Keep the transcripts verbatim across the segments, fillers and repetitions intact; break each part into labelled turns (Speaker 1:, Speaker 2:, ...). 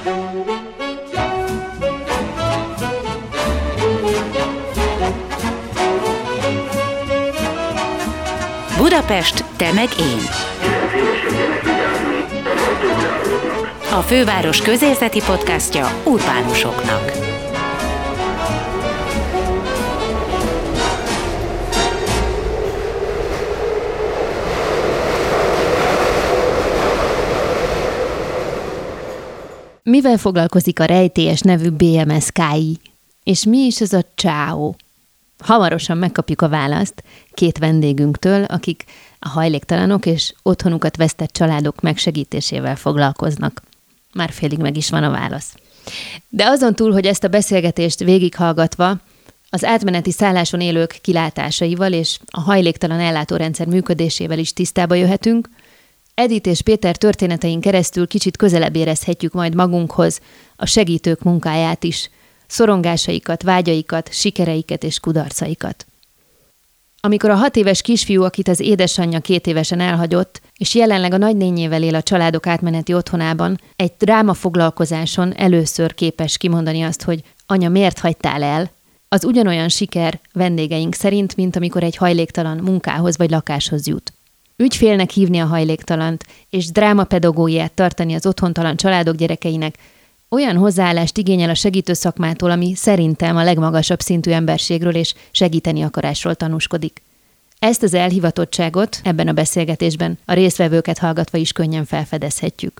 Speaker 1: Budapest, te meg én. A főváros közérzeti podcastja urbánusoknak.
Speaker 2: Mivel foglalkozik a rejtélyes nevű bé em es ká i? És mi is ez a csáó? Hamarosan megkapjuk a választ két vendégünktől, akik a hajléktalanok és otthonukat vesztett családok megsegítésével foglalkoznak. Már félig meg is van a válasz. De azon túl, hogy ezt a beszélgetést végighallgatva, az átmeneti szálláson élők kilátásaival és a hajléktalan ellátórendszer működésével is tisztába jöhetünk, Edith és Péter történetein keresztül kicsit közelebb érezhetjük majd magunkhoz a segítők munkáját is, szorongásaikat, vágyaikat, sikereiket és kudarcaikat. Amikor a hat éves kisfiú, akit az édesanyja két évesen elhagyott, és jelenleg a nagynényével él a családok átmeneti otthonában, egy drámafoglalkozáson először képes kimondani azt, hogy anya, miért hagytál el, az ugyanolyan siker vendégeink szerint, mint amikor egy hajléktalan munkához vagy lakáshoz jut. Ügyfélnek hívni a hajléktalant, és drámapedagógiát tartani az otthontalan családok gyerekeinek olyan hozzáállást igényel a segítő szakmától, ami szerintem a legmagasabb szintű emberségről és segíteni akarásról tanúskodik. Ezt az elhivatottságot ebben a beszélgetésben a résztvevőket hallgatva is könnyen felfedezhetjük.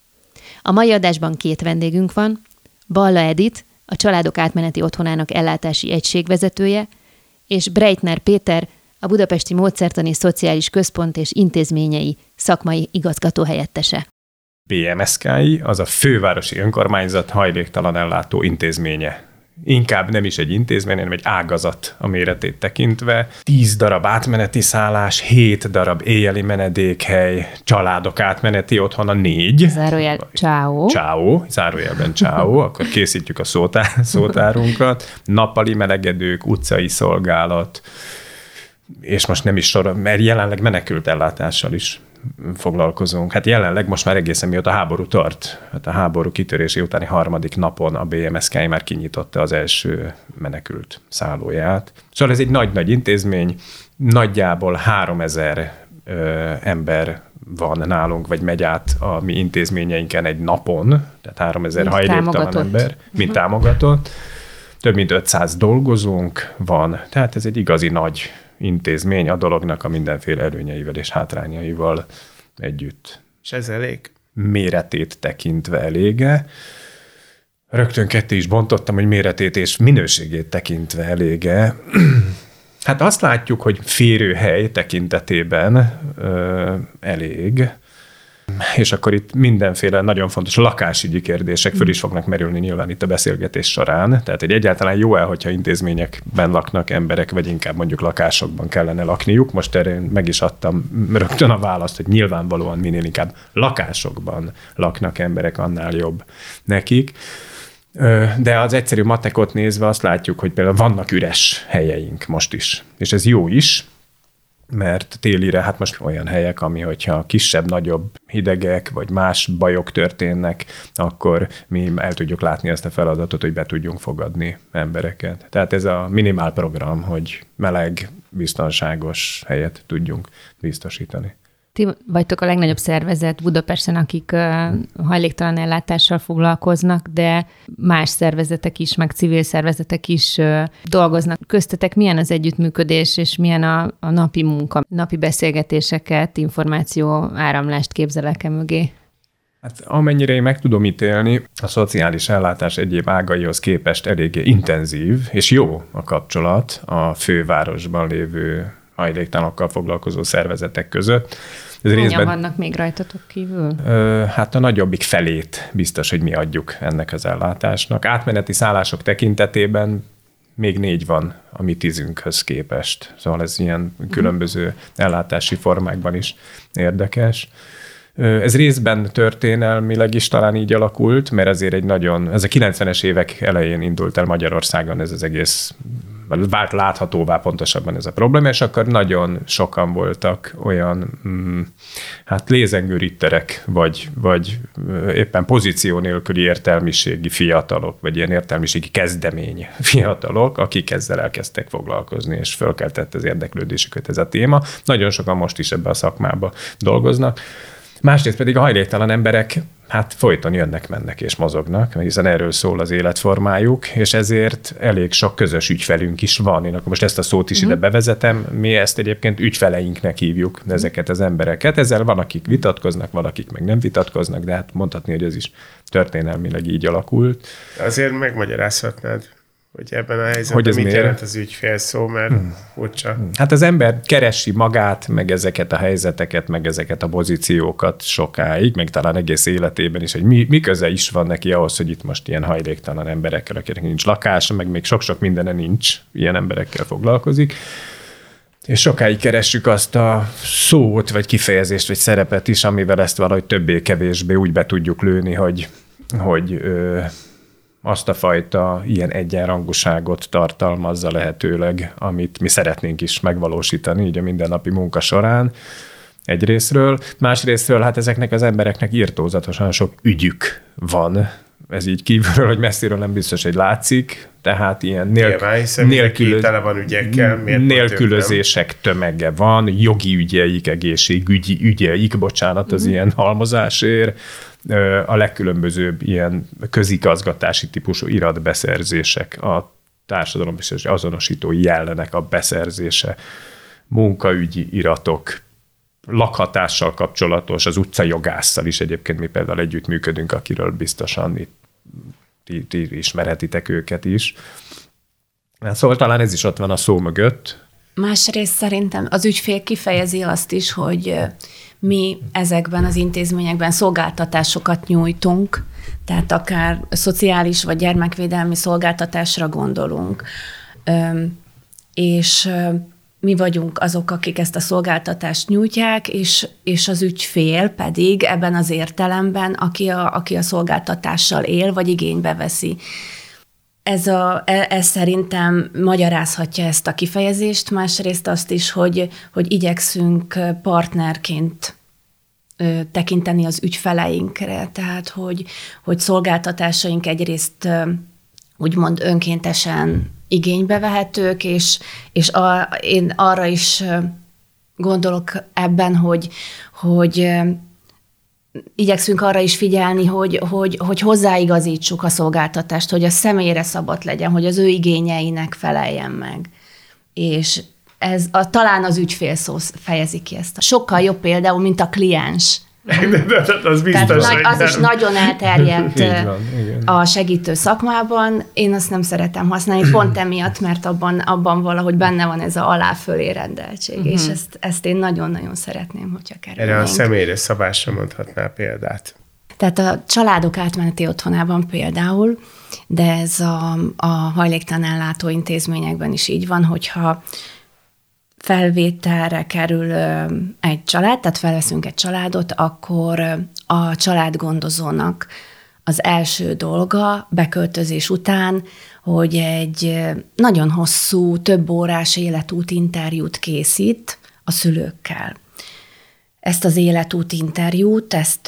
Speaker 2: A mai adásban két vendégünk van, Balla Edith, a családok átmeneti otthonának ellátási egységvezetője, és Breitner Péter, a Budapesti Módszertani Szociális Központ és intézményei szakmai igazgatóhelyettese.
Speaker 3: bé em es ká i az a fővárosi önkormányzat hajléktalan ellátó intézménye. Inkább nem is egy intézmény, hanem egy ágazat a méretét tekintve. Tíz darab átmeneti szállás, hét darab éjjeli menedékhely, családok átmeneti otthona, négy.
Speaker 2: Zárójel csáó.
Speaker 3: Csáó, zárójelben csáó, akkor készítjük a szótár, szótárunkat. Nappali melegedők, utcai szolgálat, és most nem is sorol, mert jelenleg menekült ellátással is foglalkozunk. Hát jelenleg most már egészen mióta a háború tart. Hát a háború kitörési utáni harmadik napon a bé em es ká i már kinyitotta az első menekült szállóját. Szóval ez egy nagy-nagy intézmény, nagyjából háromezer ö, ember van nálunk, vagy megy át a mi intézményeinken egy napon, tehát háromezer hajléktalan ember, mint támogatott. Több mint ötszáz dolgozónk van, tehát ez egy igazi nagy intézmény a dolognak a mindenféle előnyeivel és hátrányaival együtt.
Speaker 4: És ez elég?
Speaker 3: Méretét tekintve elége. Rögtön ketté is bontottam, hogy méretét és minőségét tekintve elége. Hát azt látjuk, hogy férőhely tekintetében ö, elég. És akkor itt mindenféle nagyon fontos lakásügyi kérdések föl is fognak merülni nyilván itt a beszélgetés során. Tehát egy egyáltalán jó-e, hogyha intézményekben laknak emberek, vagy inkább mondjuk lakásokban kellene lakniuk. Most erre meg is adtam rögtön a választ, hogy nyilvánvalóan minél inkább lakásokban laknak emberek, annál jobb nekik. De az egyszerű matekot nézve azt látjuk, hogy például vannak üres helyeink most is. És ez jó is, mert télire, hát most olyan helyek, ami hogyha kisebb, nagyobb hidegek, vagy más bajok történnek, akkor mi el tudjuk látni ezt a feladatot, hogy be tudjunk fogadni embereket. Tehát ez a minimál program, hogy meleg, biztonságos helyet tudjunk biztosítani.
Speaker 2: Ti vagytok a legnagyobb szervezet Budapesten, akik uh, hajléktalan ellátással foglalkoznak, de más szervezetek is, meg civil szervezetek is uh, dolgoznak. Köztetek milyen az együttműködés, és milyen a, a napi munka, napi beszélgetéseket, információ áramlást képzelek-e mögé?
Speaker 3: Hát amennyire én meg tudom ítélni, a szociális ellátás egyéb ágaihoz képest eléggé intenzív, és jó a kapcsolat a fővárosban lévő hajléktalanokkal foglalkozó szervezetek között.
Speaker 2: Hányan részben, vannak még rajtatok kívül?
Speaker 3: Ö, hát a nagyobbik felét biztos, hogy mi adjuk ennek az ellátásnak. Átmeneti szállások tekintetében még négy van a mi tízünkhöz képest. Szóval ez ilyen különböző ellátási formákban is érdekes. Ez részben történelmileg is talán így alakult, mert azért egy nagyon, ez a kilencvenes évek elején indult el Magyarországon ez az egész vált láthatóvá pontosabban ez a probléma, és akkor nagyon sokan voltak olyan mm, hát lézengő ritterek, vagy, vagy éppen pozíció nélküli értelmiségi fiatalok, vagy ilyen értelmiségi kezdemény fiatalok, akik ezzel elkezdtek foglalkozni, és fölkeltett az érdeklődésüket ez a téma. Nagyon sokan most is ebbe a szakmába dolgoznak. Másrészt pedig a hajléktalan emberek hát folyton jönnek, mennek és mozognak, hiszen erről szól az életformájuk, és ezért elég sok közös ügyfelünk is van. Én akkor most ezt a szót is mm. ide bevezetem, mi ezt egyébként ügyfeleinknek hívjuk ezeket az embereket. Ezzel van, akik vitatkoznak, valakik meg nem vitatkoznak, de hát mondhatni, hogy ez is történelmileg így alakult.
Speaker 4: Azért megmagyarázhatnád, hogy ebben a helyzetben hogy mit miért? Jelent az ügyfél szó, mert hmm. furcsa.
Speaker 3: Hát az ember keresi magát, meg ezeket a helyzeteket, meg ezeket a pozíciókat sokáig, meg talán egész életében is, hogy mi, mi köze is van neki ahhoz, hogy itt most ilyen hajléktalan emberekkel, akiknek nincs lakása, meg még sok-sok mindene nincs, ilyen emberekkel foglalkozik. És sokáig keressük azt a szót, vagy kifejezést, vagy szerepet is, amivel ezt valahogy többé-kevésbé úgy be tudjuk lőni, hogy, hogy ö, azt a fajta ilyen egyenrangúságot tartalmazza lehetőleg, amit mi szeretnénk is megvalósítani így a mindennapi munka során egyrésztről. Másrésztről hát ezeknek az embereknek irtózatosan sok ügyük van. Ez így kívülről, hogy messziről nem biztos, hogy látszik, tehát ilyen nélk- nélkülöz...
Speaker 4: van ügyekkel,
Speaker 3: nélkülözések tömege van, jogi ügyeik, egészségügyi ügyeik, bocsánat az mm. ilyen halmozásért, a legkülönbözőbb ilyen közigazgatási típusú iratbeszerzések, a társadalom biztos azonosító jellenek a beszerzése, munkaügyi iratok, lakhatással kapcsolatos, az utcajogásszal is egyébként mi például együttműködünk, akiről biztosan itt, ti, ti ismerhetitek őket is. Szóval talán ez is ott van a szó mögött.
Speaker 5: Másrészt szerintem az ügyfél kifejezi azt is, hogy mi ezekben az intézményekben szolgáltatásokat nyújtunk, tehát akár szociális vagy gyermekvédelmi szolgáltatásra gondolunk, és mi vagyunk azok, akik ezt a szolgáltatást nyújtják, és, és az ügyfél pedig ebben az értelemben, aki a, aki a szolgáltatással él, vagy igénybe veszi. Ez, a, ez szerintem magyarázhatja ezt a kifejezést, másrészt azt is, hogy, hogy igyekszünk partnerként tekinteni az ügyfeleinkre, tehát hogy, hogy szolgáltatásaink egyrészt úgymond önkéntesen igénybe vehetők, és, és a, én arra is gondolok ebben, hogy, hogy igyekszünk arra is figyelni, hogy, hogy, hogy hozzáigazítsuk a szolgáltatást, hogy a személyre szabott legyen, hogy az ő igényeinek feleljen meg. És ez a, talán az ügyfél szó fejezi ki ezt. Sokkal jobb például, mint a kliens.
Speaker 4: az biztos,
Speaker 5: Tehát az is nagyon elterjedt van, a segítő szakmában. Én azt nem szeretem használni, pont emiatt, mert abban, abban valahogy benne van ez a alá-fölé rendeltség, uh-huh. és ezt, ezt én nagyon-nagyon szeretném, hogyha kerülnénk.
Speaker 4: Erre a személyre szabásra mondhatnál példát.
Speaker 5: Tehát a családok átmeneti otthonában például, de ez a, a hajléktalan ellátó intézményekben is így van, hogyha felvételre kerül egy család, tehát felveszünk egy családot, akkor a családgondozónak az első dolga beköltözés után, hogy egy nagyon hosszú, több órás életút interjút készít a szülőkkel. Ezt az életút interjút, ezt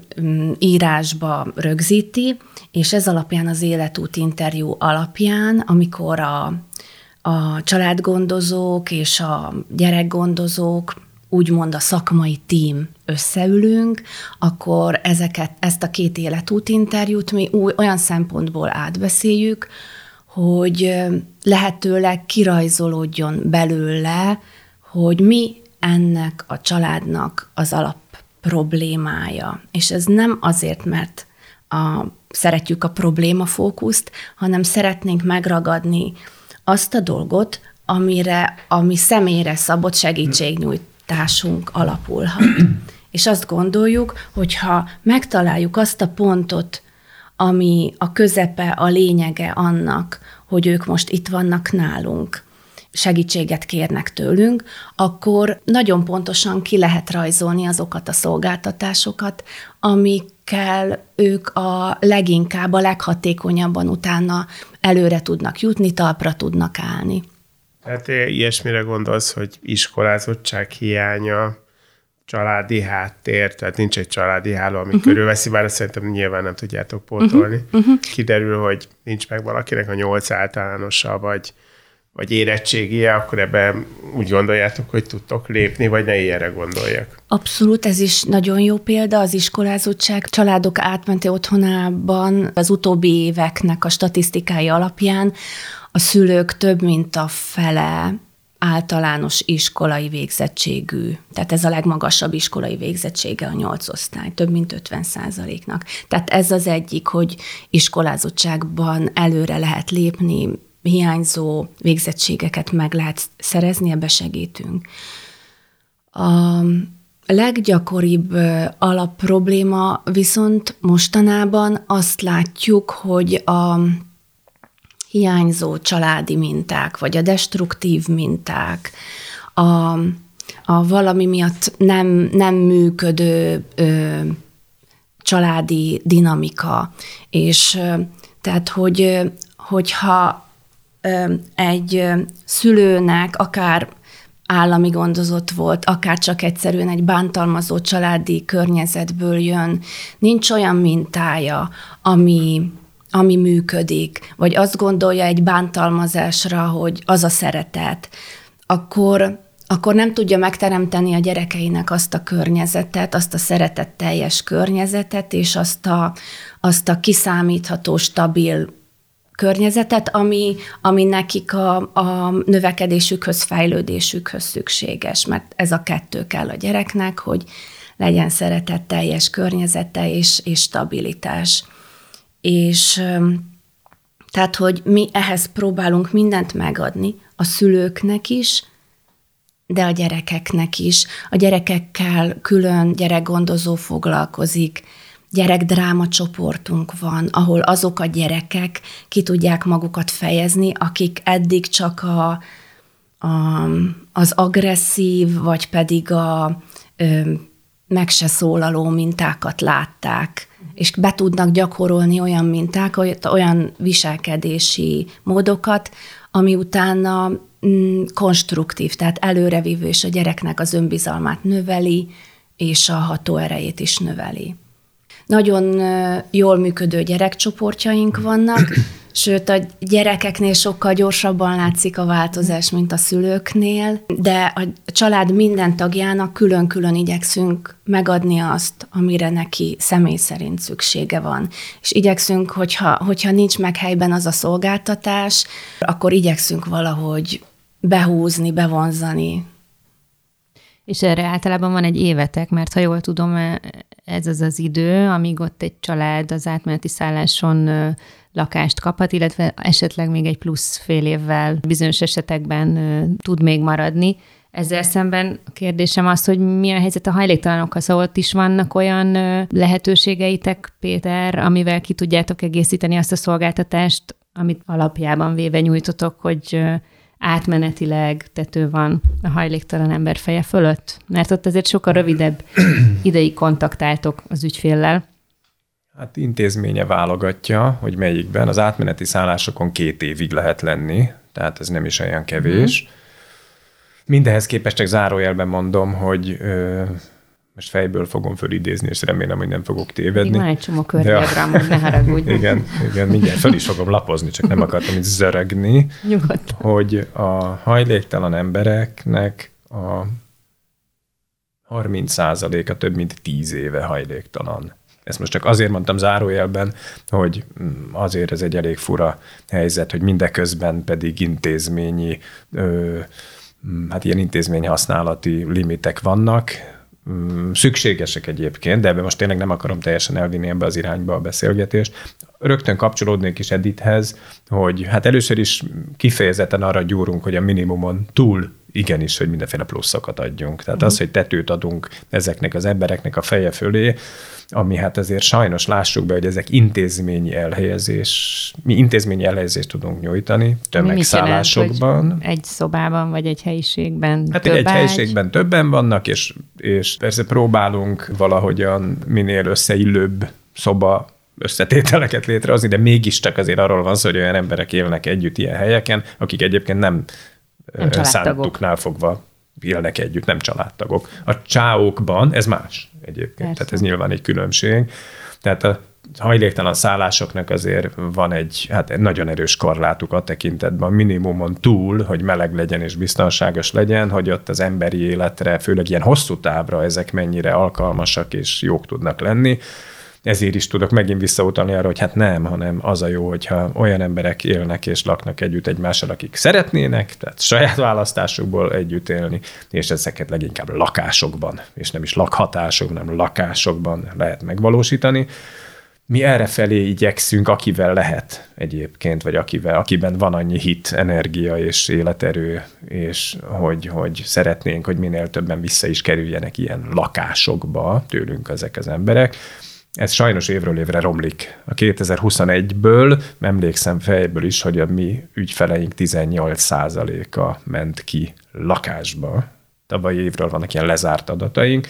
Speaker 5: írásba rögzíti, és ez alapján az életút interjú alapján, amikor a a családgondozók és a gyerekgondozók, úgymond a szakmai tím összeülünk, akkor ezeket, ezt a két életútinterjút mi új, olyan szempontból átbeszéljük, hogy lehetőleg kirajzolódjon belőle, hogy mi ennek a családnak az alap problémája. És ez nem azért, mert a, szeretjük a problémafókuszt, hanem szeretnénk megragadni azt a dolgot, amire, ami személyre szabott segítségnyújtásunk alapulhat. És azt gondoljuk, hogyha megtaláljuk azt a pontot, ami a közepe, a lényege annak, hogy ők most itt vannak nálunk, segítséget kérnek tőlünk, akkor nagyon pontosan ki lehet rajzolni azokat a szolgáltatásokat, amikkel ők a leginkább, a leghatékonyabban utána előre tudnak jutni, talpra tudnak állni.
Speaker 4: Hát ilyesmire gondolsz, hogy iskolázottság hiánya, családi háttér, tehát nincs egy családi háló, ami uh-huh. körülveszi, bár azt szerintem nyilván nem tudjátok pótolni. Uh-huh. Uh-huh. Kiderül, hogy nincs meg valakinek a nyolc általánosa, vagy, vagy érettségie, akkor ebben úgy gondoljátok, hogy tudtok lépni, vagy ne ilyenre gondoljak.
Speaker 5: Abszolút, ez is nagyon jó példa, az iskolázottság. Családok átmenti otthonában az utóbbi éveknek a statisztikái alapján a szülők több mint a fele általános iskolai végzettségű. Tehát ez a legmagasabb iskolai végzettsége a nyolc osztály, több mint ötven százaléknak. Tehát ez az egyik, hogy iskolázottságban előre lehet lépni, hiányzó végzettségeket meg lehet szerezni, ebbe segítünk. A leggyakoribb alapprobléma viszont mostanában azt látjuk, hogy a hiányzó családi minták, vagy a destruktív minták, a, a valami miatt nem, nem működő ö, családi dinamika. És ö, tehát, hogy, hogyha ö, egy szülőnek akár állami gondozott volt, akár csak egyszerűen egy bántalmazó családi környezetből jön, nincs olyan mintája, ami ami működik, vagy azt gondolja egy bántalmazásra, hogy az a szeretet, akkor, akkor nem tudja megteremteni a gyerekeinek azt a környezetet, azt a szeretetteljes környezetet, és azt a, azt a kiszámítható, stabil környezetet, ami, ami nekik a, a növekedésükhöz, fejlődésükhöz szükséges, mert ez a kettő kell a gyereknek, hogy legyen szeretetteljes környezete és, és stabilitás. És tehát, hogy mi ehhez próbálunk mindent megadni, a szülőknek is, de a gyerekeknek is. A gyerekekkel külön gyerekgondozó foglalkozik, gyerekdráma csoportunk van, ahol azok a gyerekek ki tudják magukat fejezni, akik eddig csak a, a, az agresszív, vagy pedig a ö, meg se szólaló mintákat látták, és be tudnak gyakorolni olyan mintákat, olyan viselkedési módokat, ami utána mm, konstruktív, tehát előrevívő, és a gyereknek az önbizalmát növeli, és a hatóerejét is növeli. Nagyon jól működő gyerekcsoportjaink vannak, sőt, a gyerekeknél sokkal gyorsabban látszik a változás, mint a szülőknél, de a család minden tagjának külön-külön igyekszünk megadni azt, amire neki személy szerint szüksége van. És igyekszünk, hogyha, hogyha nincs meg helyben az a szolgáltatás, akkor igyekszünk valahogy behúzni, bevonzani.
Speaker 2: És erre általában van egy évetek, mert ha jól tudom, ez az az idő, amíg ott egy család az átmeneti szálláson lakást kaphat, illetve esetleg még egy plusz fél évvel bizonyos esetekben tud még maradni. Ezzel szemben a kérdésem az, hogy mi a helyzet a hajléktalanokkal, szóval ott is vannak olyan lehetőségeitek, Péter, amivel ki tudjátok egészíteni azt a szolgáltatást, amit alapjában véve nyújtotok, hogy átmenetileg tető van a hajléktalan ember feje fölött? Mert ott azért sokkal rövidebb ideig kontaktáltok az ügyféllel.
Speaker 3: Hát intézménye válogatja, hogy melyikben. Az átmeneti szállásokon két évig lehet lenni, tehát ez nem is olyan kevés. Mm. Mindehez képest csak zárójelben mondom, hogy ö, most fejből fogom fölidézni, és remélem, hogy nem fogok tévedni.
Speaker 2: Még van egy csomó kördiagramod, ne haragudj.
Speaker 3: Igen, igen, mindjárt föl is fogom lapozni, csak nem akartam itt zörögni.
Speaker 2: Nyugodtan.
Speaker 3: Hogy a hajléktalan embereknek a harminc százaléka több mint tíz éve hajléktalan. Ezt most csak azért mondtam zárójelben, hogy azért ez egy elég fura helyzet, hogy mindeközben pedig intézményi, ö, hát ilyen intézmény használati limitek vannak, szükségesek egyébként, de ebben most tényleg nem akarom teljesen elvinni ebbe az irányba a beszélgetést. Rögtön kapcsolódnék is Edithez, hogy hát először is kifejezetten arra gyúrunk, hogy a minimumon túl igenis, hogy mindenféle pluszokat adjunk. Tehát mm. az, hogy tetőt adunk ezeknek az embereknek a feje fölé, ami hát azért sajnos lássuk be, hogy ezek intézményi elhelyezés, mi intézményi elhelyezést tudunk nyújtani tömegszállásokban.
Speaker 2: Jelent, egy szobában vagy egy helyiségben
Speaker 3: hát
Speaker 2: több
Speaker 3: egy
Speaker 2: ágy.
Speaker 3: helyiségben többen vannak, és, és persze próbálunk valahogyan minél összeillőbb szoba összetételeket létrehozni, de mégiscsak azért arról van szó, hogy olyan emberek élnek együtt ilyen helyeken, akik egyébként nem szántuknál fogva élnek együtt, nem családtagok. A csáókban ez más egyébként, Persze. tehát ez nyilván egy különbség. Tehát a hajléktalan szállásoknak azért van egy, hát egy nagyon erős korlátuk a tekintetben, minimumon túl, hogy meleg legyen és biztonságos legyen, hogy ott az emberi életre, főleg ilyen hosszú távra ezek mennyire alkalmasak és jók tudnak lenni. Ezért is tudok megint visszautalni arra, hogy hát nem, hanem az a jó, hogyha olyan emberek élnek és laknak együtt egymással, akik szeretnének, tehát saját választásukból együtt élni, és ezeket leginkább lakásokban, és nem is lakhatásokban, hanem lakásokban lehet megvalósítani. Mi errefelé igyekszünk, akivel lehet egyébként, vagy akivel, akiben van annyi hit, energia és életerő, és hogy, hogy szeretnénk, hogy minél többen vissza is kerüljenek ilyen lakásokba tőlünk ezek az emberek. Ez sajnos évről évre romlik. A kétezer-huszonegyből emlékszem fejből is, hogy a mi ügyfeleink tizennyolc százaléka ment ki lakásba. Tavalyi évről vannak ilyen lezárt adataink.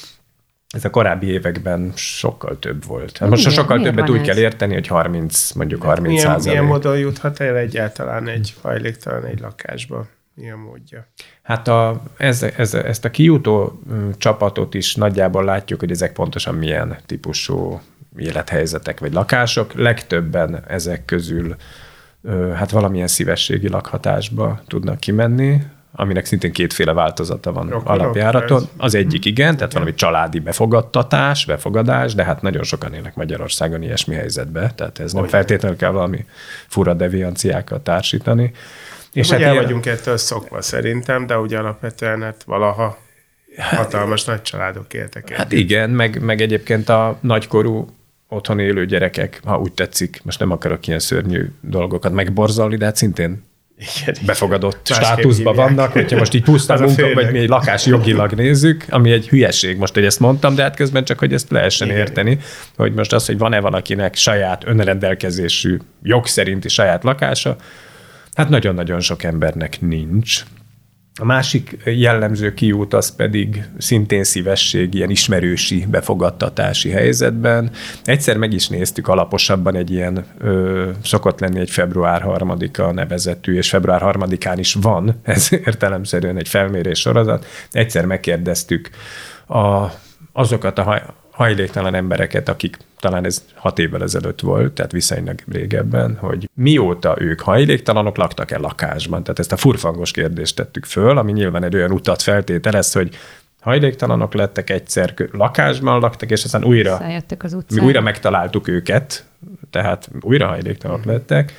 Speaker 3: Ez a korábbi években sokkal több volt. Most milyen, sokkal többet úgy ez? Kell érteni, hogy harminc, mondjuk harminc
Speaker 4: milyen,
Speaker 3: százalék.
Speaker 4: Milyen módon juthat el egyáltalán egy hajléktalan egy lakásba? Milyen módja?
Speaker 3: Hát a, ez, ez, ezt a kijutó csapatot is nagyjából látjuk, hogy ezek pontosan milyen típusú élethelyzetek vagy lakások. Legtöbben ezek közül hát valamilyen szívességi lakhatásba tudnak kimenni, aminek szintén kétféle változata van Rock, alapjáraton. Rock, az egyik igen, tehát valami családi befogadtatás, befogadás, de hát nagyon sokan élnek Magyarországon ilyesmi helyzetbe, tehát ez Olyan. nem feltétlenül kell valami fura devianciákat társítani.
Speaker 4: És hát el ilyen... vagyunk ettől szokva szerintem, de ugye alapvetően hát valaha hatalmas hát, nagy családok éltek el.
Speaker 3: Hát igen, meg, meg egyébként a nagykorú otthon élő gyerekek, ha úgy tetszik, most nem akarok ilyen szörnyű dolgokat megborzolni, de hát szintén igen, befogadott igen. státuszban vannak, hogyha most így pusztán munka, vagy mi egy lakás jogilag nézzük, ami egy hülyeség most, hogy ezt mondtam, de hát közben csak, hogy ezt lehessen igen. érteni, hogy most az, hogy van-e valakinek saját önrendelkezésű, jog szerinti saját lakása, hát nagyon-nagyon sok embernek nincs. A másik jellemző kiút az pedig szintén szívesség, ilyen ismerősi befogadtatási helyzetben. Egyszer meg is néztük alaposabban egy ilyen, ö, szokott lenni egy február harmadika nevezetű, és február harmadikán is van, ez értelemszerűen egy felmérés sorozat. Egyszer megkérdeztük a, azokat a haj, hajléktalan embereket, akik talán ez hat évvel ezelőtt volt, tehát viszonylag régebben, hogy mióta ők hajléktalanok, laktak-e lakásban. Tehát ezt a furfangos kérdést tettük föl, ami nyilván egy olyan utat feltételez, hogy hajléktalanok lettek, egyszer lakásban laktak, és aztán újra,
Speaker 2: az
Speaker 3: mi újra megtaláltuk őket, tehát újra hajléktalanok mm. lettek.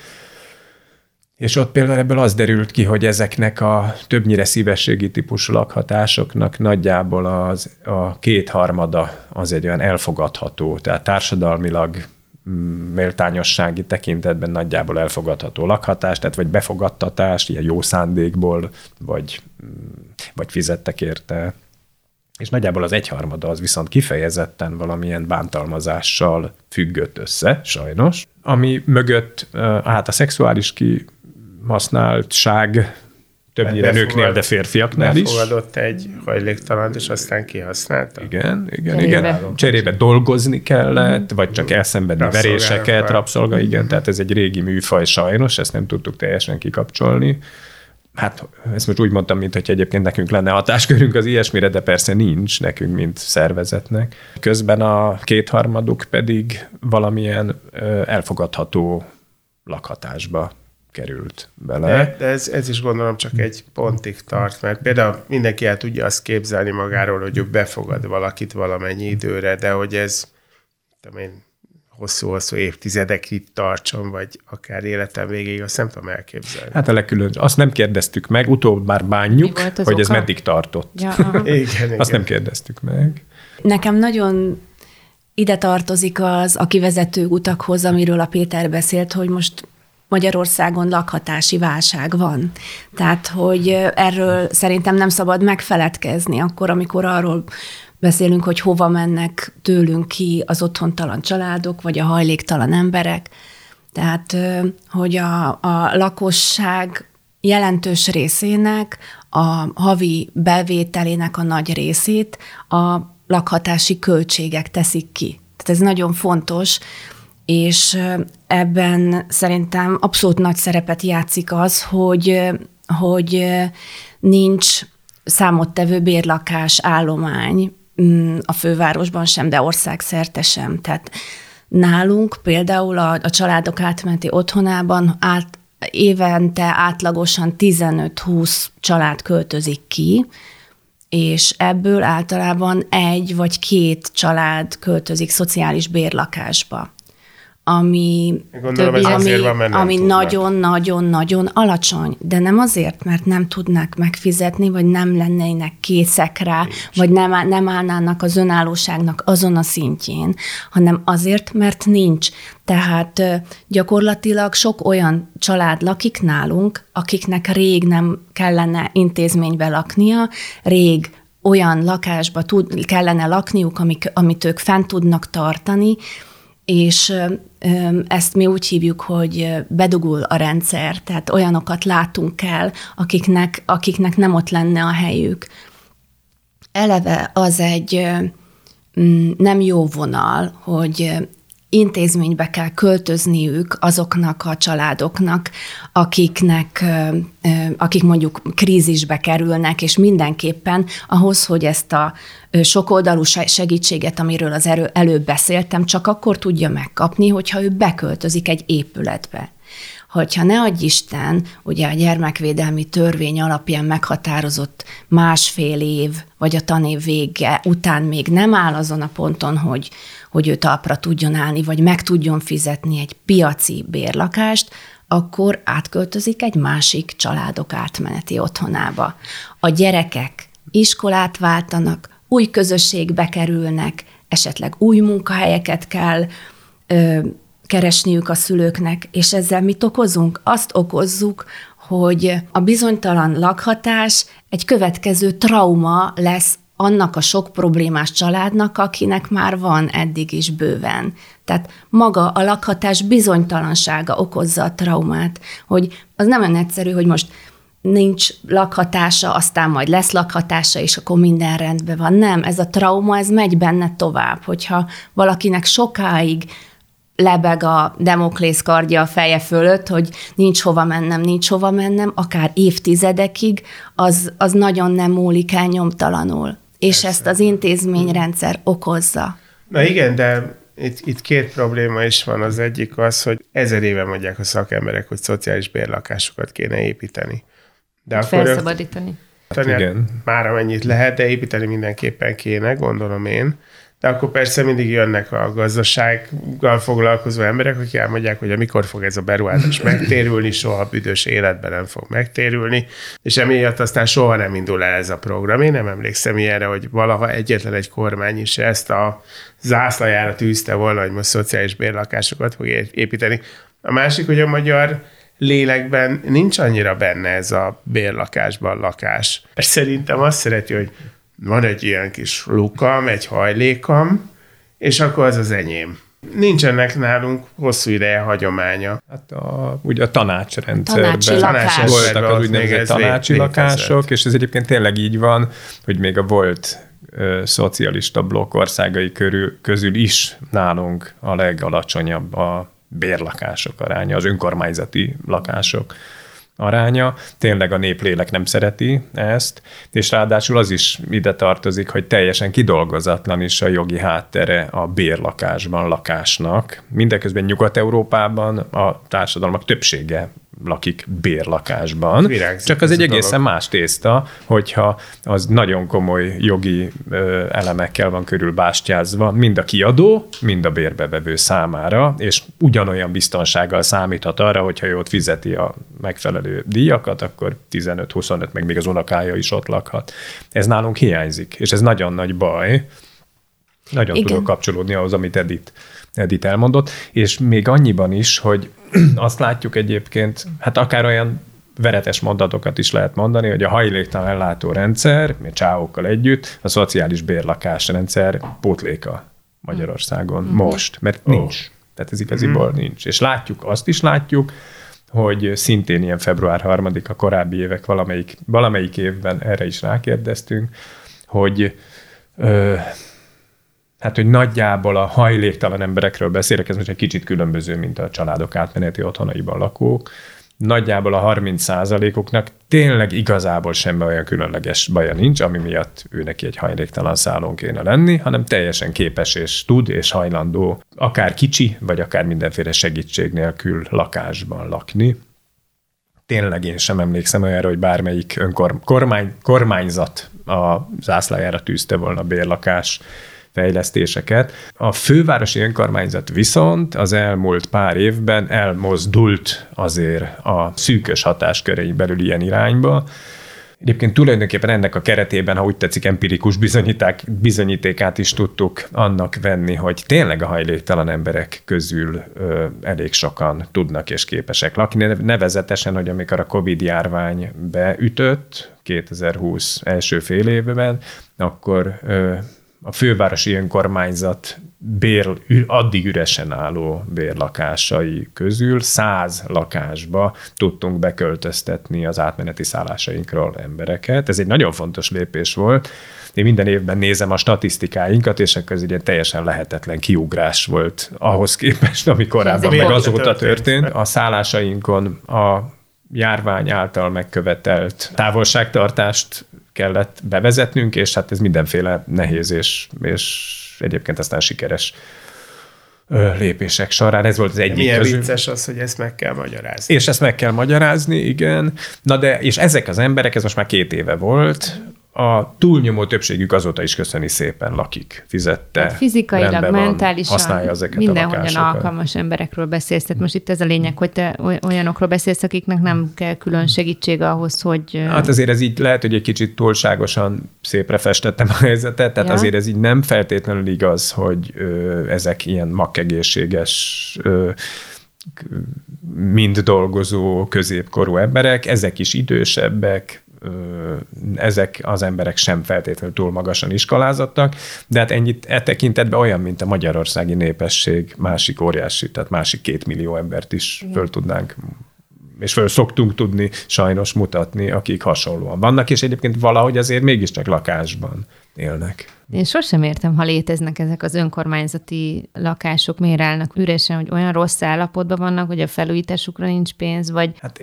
Speaker 3: És ott például ebből az derült ki, hogy ezeknek a többnyire szívességi típusú lakhatásoknak nagyjából az, a kétharmada az egy olyan elfogadható, tehát társadalmilag méltányossági tekintetben nagyjából elfogadható lakhatás, tehát vagy befogadtatás, ilyen jó szándékból, vagy, vagy fizettek érte. És nagyjából az egyharmada az viszont kifejezetten valamilyen bántalmazással függött össze, sajnos, ami mögött hát a szexuális ki használtság többnyire nőknél, de férfiaknál is.
Speaker 4: Befogadott egy hajléktalant, és aztán kihasználta.
Speaker 3: Igen, igen, Cserébe. igen. Cserébe dolgozni kellett, vagy csak elszenvedni veréseket, rabszolga, igen, tehát ez egy régi műfaj sajnos, ezt nem tudtuk teljesen kikapcsolni. Hát ezt most úgy mondtam, mintha egyébként nekünk lenne hatáskörünk az ilyesmire, de persze nincs nekünk, mint szervezetnek. Közben a kétharmaduk pedig valamilyen elfogadható lakhatásba került bele.
Speaker 4: De, de ez, ez is gondolom csak egy pontig tart, mert például mindenki el tudja azt képzelni magáról, hogy ő befogad valakit valamennyi időre, de hogy ez tudom én, hosszú-hosszú évtizedekig tartson, vagy akár életem végéig, azt nem tudom elképzelni.
Speaker 3: Hát a legkülönböző. Azt nem kérdeztük meg, utóbb már bánjuk, hogy oka? Ez meddig tartott. Ja, igen, igen. Azt nem kérdeztük meg.
Speaker 5: Nekem nagyon ide tartozik az a kivezető utakhoz, amiről a Péter beszélt, hogy most Magyarországon lakhatási válság van. Tehát, hogy erről szerintem nem szabad megfeledkezni akkor, amikor arról beszélünk, hogy hova mennek tőlünk ki az otthontalan családok, vagy a hajléktalan emberek. Tehát, hogy a, a lakosság jelentős részének, a havi bevételének a nagy részét a lakhatási költségek teszik ki. Tehát ez nagyon fontos, és ebben szerintem abszolút nagy szerepet játszik az, hogy hogy nincs számottevő bérlakás állomány a fővárosban sem, de országszerte sem. Tehát nálunk például a, a családok átmeneti otthonában át, évente átlagosan tizenöt-húsz család költözik ki, és ebből általában egy vagy két család költözik szociális bérlakásba, ami,
Speaker 4: Gondolom, ez
Speaker 5: ami,
Speaker 4: azért van, mert nem
Speaker 5: ami
Speaker 4: tudnak.
Speaker 5: nagyon-nagyon-nagyon alacsony, de nem azért, mert nem tudnák megfizetni, vagy nem lennének készek rá, Nincs. vagy nem, nem állnának az önállóságnak azon a szintjén, hanem azért, mert nincs. Tehát gyakorlatilag sok olyan család lakik nálunk, akiknek rég nem kellene intézménybe laknia, rég olyan lakásba tud, kellene lakniuk, amik, amit ők fent tudnak tartani, és ezt mi úgy hívjuk, hogy bedugul a rendszer, tehát olyanokat látunk el, akiknek, akiknek nem ott lenne a helyük. Eleve az egy nem jó vonal, hogy intézménybe kell költözniük azoknak a családoknak, akiknek, akik mondjuk krízisbe kerülnek, és mindenképpen ahhoz, hogy ezt a sokoldalú segítséget, amiről az előbb beszéltem, csak akkor tudja megkapni, hogyha ő beköltözik egy épületbe. Hogyha ne adj Isten, ugye a gyermekvédelmi törvény alapján meghatározott másfél év, vagy a tanév vége után még nem áll azon a ponton, hogy, hogy ő talpra tudjon állni, vagy meg tudjon fizetni egy piaci bérlakást, akkor átköltözik egy másik családok átmeneti otthonába. A gyerekek iskolát váltanak, új közösségbe kerülnek, esetleg új munkahelyeket kell ö, keresniük a szülőknek, és ezzel mit okozunk? Azt okozzuk, hogy a bizonytalan lakhatás egy következő trauma lesz annak a sok problémás családnak, akinek már van eddig is bőven. Tehát maga a lakhatás bizonytalansága okozza a traumát, hogy az nem olyan egyszerű, hogy most nincs lakhatása, aztán majd lesz lakhatása, és akkor minden rendben van. Nem, ez a trauma, ez megy benne tovább, hogyha valakinek sokáig lebeg a Demoklész kardja a feje fölött, hogy nincs hova mennem, nincs hova mennem, akár évtizedekig, az, az nagyon nem múlik el nyomtalanul. És Persze. ezt az intézményrendszer okozza.
Speaker 4: Na igen, de itt, itt két probléma is van. Az egyik az, hogy ezer éve mondják a szakemberek, hogy szociális bérlakásokat kéne építeni. De akkor
Speaker 2: felszabadítani.
Speaker 4: Igen. Már amennyit lehet, de építeni mindenképpen kéne, gondolom én. De akkor persze mindig jönnek a gazdasággal foglalkozó emberek, akik elmondják, hogy amikor fog ez a beruházás megtérülni, soha büdös életben nem fog megtérülni, és emiatt aztán soha nem indul el ez a program. Én nem emlékszem ilyenre, hogy valaha egyetlen egy kormány is ezt a zászlajára tűzte volna, hogy most szociális bérlakásokat fog építeni. A másik, hogy a magyar lélekben nincs annyira benne ez a bérlakásban lakás. Szerintem azt szereti, hogy van egy ilyen kis lukam, egy hajlékam, és akkor az az enyém. Nincsenek nálunk hosszú ideje hagyománya.
Speaker 3: Hát a, ugye a tanácsrendszerben
Speaker 5: Tanácsi lakás.
Speaker 3: voltak az úgynevezett tanácsi lakások, és ez egyébként tényleg így van, hogy még a volt ö, szocialista blokk országai körül, közül is nálunk a legalacsonyabb a bérlakások aránya, az önkormányzati lakások aránya. Tényleg a néplélek nem szereti ezt, és ráadásul az is ide tartozik, hogy teljesen kidolgozatlan is a jogi háttere a bérlakásban lakásnak. Mindeközben Nyugat-Európában a társadalmak többsége lakik bérlakásban.
Speaker 4: Virágzik
Speaker 3: Csak az egy
Speaker 4: dolog.
Speaker 3: egészen más tészta, hogyha az nagyon komoly jogi ö, elemekkel van körülbástyázva, mind a kiadó, mind a bérbevevő számára, és ugyanolyan biztonsággal számíthat arra, hogyha ő ott fizeti a megfelelő díjakat, akkor tizenöt-huszonöt, meg még az unokája is ott lakhat. Ez nálunk hiányzik, és ez nagyon nagy baj. Nagyon Igen. tudok kapcsolódni ahhoz, amit Edith, Edith elmondott, és még annyiban is, hogy azt látjuk egyébként, hát akár olyan veretes mondatokat is lehet mondani, hogy a hajléktalan ellátó rendszer, csáókkal együtt, a szociális bérlakásrendszer pótléka Magyarországon mm. most, mert oh. nincs. Tehát ez igaziból mm. nincs. És látjuk, azt is látjuk, hogy szintén ilyen február harmadika, korábbi évek valamelyik, valamelyik évben erre is rákérdeztünk, hogy ö, hát, hogy nagyjából a hajléktalan emberekről beszélek, ez most egy kicsit különböző, mint a családok átmeneti otthonaiban lakók, nagyjából a harminc százalékoknak tényleg igazából semmi olyan különleges baja nincs, ami miatt ő neki egy hajléktalan szállón kéne lenni, hanem teljesen képes és tud és hajlandó akár kicsi, vagy akár mindenféle segítség nélkül lakásban lakni. Tényleg én sem emlékszem olyanra, hogy bármelyik önkormány, kormány, kormányzat a zászlajára tűzte volna bérlakás fejlesztéseket. A fővárosi önkormányzat viszont az elmúlt pár évben elmozdult azért a szűkös hatáskörein belül ilyen irányba. Egyébként tulajdonképpen ennek a keretében, ha úgy tetszik, empirikus bizonyítékát is tudtuk annak venni, hogy tényleg a hajléktalan emberek közül ö, elég sokan tudnak és képesek lakni. Nevezetesen, hogy amikor a Covid-járvány beütött kétezer-húsz első fél évben, akkor ö, a fővárosi önkormányzat bér, addig üresen álló bérlakásai közül száz lakásba tudtunk beköltöztetni az átmeneti szállásainkról embereket. Ez egy nagyon fontos lépés volt. Én minden évben nézem a statisztikáinkat, és akkor ez egy teljesen lehetetlen kiugrás volt ahhoz képest, ami korábban meg azóta történt. A szállásainkon a járvány által megkövetelt távolságtartást kellett bevezetnünk, és hát ez mindenféle nehéz és, és egyébként aztán sikeres lépések során. Ez volt az egyik
Speaker 4: Milyen
Speaker 3: közül.
Speaker 4: vicces az, hogy ezt meg kell magyarázni.
Speaker 3: És ezt meg kell magyarázni, igen. Na de, és ezek az emberek, ez most már két éve volt, a túlnyomó többségük azóta is köszöni szépen lakik, fizette.
Speaker 2: Hát fizikailag,
Speaker 3: van,
Speaker 2: mentálisan, mindenhogyan alkalmas emberekről beszélsz. Tehát most itt ez a lényeg, hogy te olyanokról beszélsz, akiknek nem kell külön segítség ahhoz, hogy...
Speaker 3: Hát azért ez így lehet, hogy egy kicsit túlságosan szépre festettem a helyzetet, tehát ja. azért ez így nem feltétlenül igaz, hogy ö, ezek ilyen makkegészséges ö, mind dolgozó középkorú emberek, ezek is idősebbek, ezek az emberek sem feltétlenül túl magasan iskolázottak, de hát ennyit e tekintetben olyan, mint a magyarországi népesség másik óriási, tehát másik két millió embert is igen. föl tudnánk, és föl szoktunk tudni sajnos mutatni, akik hasonlóan vannak, és egyébként valahogy azért mégiscsak lakásban élnek.
Speaker 2: Én sosem értem, ha léteznek ezek az önkormányzati lakások, miért állnak üresen, hogy olyan rossz állapotban vannak, hogy a felújításukra nincs pénz, vagy...
Speaker 3: Hát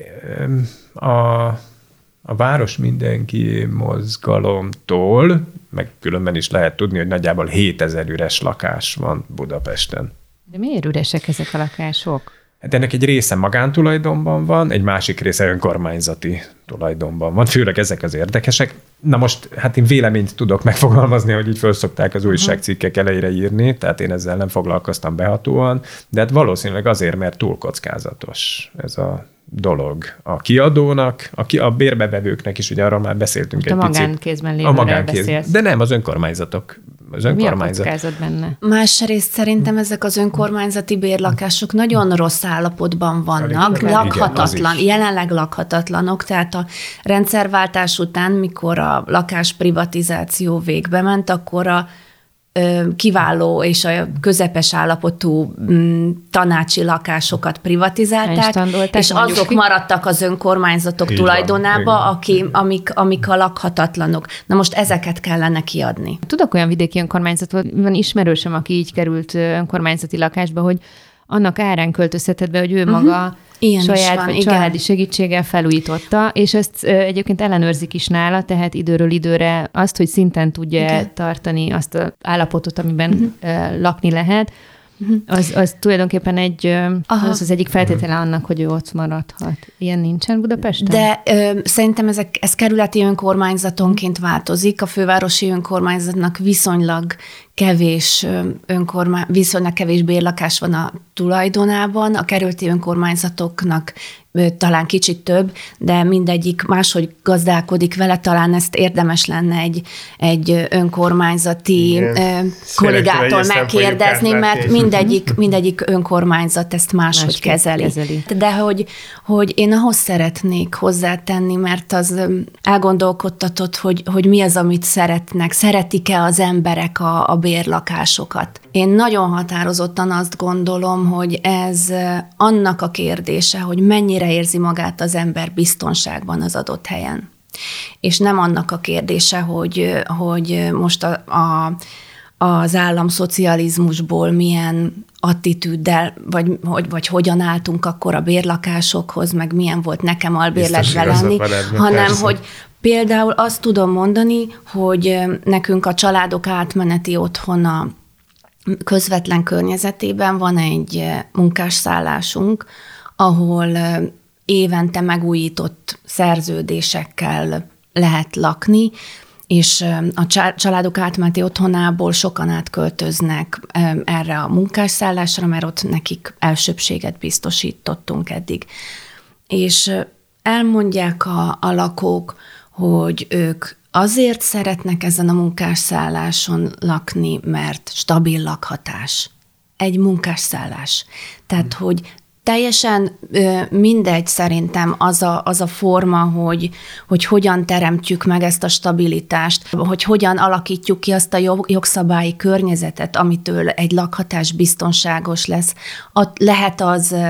Speaker 3: a... A város mindenki mozgalomtól, meg különben is lehet tudni, hogy nagyjából hétezer üres lakás van Budapesten.
Speaker 2: De miért üresek ezek a lakások?
Speaker 3: Hát ennek egy része magántulajdonban van, egy másik része önkormányzati tulajdonban van. Főleg ezek az érdekesek. Na most, hát én véleményt tudok megfogalmazni, hogy így föl szokták az újságcikkek elejére írni, tehát én ezzel nem foglalkoztam behatóan, de hát valószínűleg azért, mert túl kockázatos ez a dolog a kiadónak, a, ki, a bérbevevőknek is, ugye arról már beszéltünk
Speaker 2: ott
Speaker 3: egy
Speaker 2: a
Speaker 3: picit.
Speaker 2: Magánkézben lévőről
Speaker 3: a magánkéz,
Speaker 2: beszélsz.
Speaker 3: De nem, az önkormányzatok. Az önkormányzat.
Speaker 2: Mi a kockázat benne?
Speaker 5: Másrészt szerintem ezek az önkormányzati bérlakások nagyon rossz állapotban vannak,
Speaker 3: Igen,
Speaker 5: lakhatatlan,
Speaker 3: igen,
Speaker 5: jelenleg lakhatatlanok, tehát a rendszerváltás után, mikor a lakásprivatizáció végbe ment, akkor a kiváló és a közepes állapotú tanácsi lakásokat privatizálták, és azok ki? maradtak az önkormányzatok Így tulajdonába, van, aki, amik, amik a lakhatatlanok. Na most ezeket kellene kiadni.
Speaker 2: Tudok olyan vidéki önkormányzatot, van ismerősöm, aki így került önkormányzati lakásba, hogy annak árán költöztetett be, hogy ő uh-huh. maga Ilyen saját van, vagy igen. családi segítséggel felújította, és ezt egyébként ellenőrzik is nála, tehát időről időre azt, hogy szinten tudja igen. tartani azt az állapotot, amiben uh-huh. lakni lehet, uh-huh. az, az tulajdonképpen egy, az az egyik feltétele annak, hogy ő ott maradhat. Ilyen nincsen Budapesten?
Speaker 5: De ö, szerintem ezek, ez kerületi önkormányzatonként változik. A fővárosi önkormányzatnak viszonylag kevés önkormány, viszonylag kevés bérlakás van a tulajdonában, a kerületi önkormányzatoknak talán kicsit több, de mindegyik máshogy gazdálkodik vele, talán ezt érdemes lenne egy, egy önkormányzati Igen. kollégától megkérdezni, mert mindegyik, mindegyik önkormányzat ezt máshogy Másképp kezeli. kezeli. De hogy, hogy én ahhoz szeretnék hozzátenni, mert az elgondolkodtatott, hogy, hogy mi az, amit szeretnek, szeretik-e az emberek a, a bérlakásokat. Én nagyon határozottan azt gondolom, hogy ez annak a kérdése, hogy mennyire érzi magát az ember biztonságban az adott helyen. És nem annak a kérdése, hogy, hogy most a, a az államszocializmusból milyen attitűddel, vagy, vagy, vagy hogyan álltunk akkor a bérlakásokhoz, meg milyen volt nekem albérletbe lenni, hanem persze. Hogy például azt tudom mondani, hogy nekünk a Családok Átmeneti Otthona közvetlen környezetében van egy munkásszállásunk, ahol évente megújított szerződésekkel lehet lakni, és a Családok Átmeneti Otthonából sokan átköltöznek erre a munkásszállásra, mert ott nekik elsőbbséget biztosítottunk eddig. És elmondják a, a lakók, hogy ők azért szeretnek ezen a munkásszálláson lakni, mert stabil lakhatás. Egy munkásszállás. Tehát, hogy teljesen ö, mindegy szerintem az a, az a forma, hogy, hogy hogyan teremtjük meg ezt a stabilitást, hogy hogyan alakítjuk ki azt a jog, jogszabályi környezetet, amitől egy lakhatás biztonságos lesz. A, lehet az ö,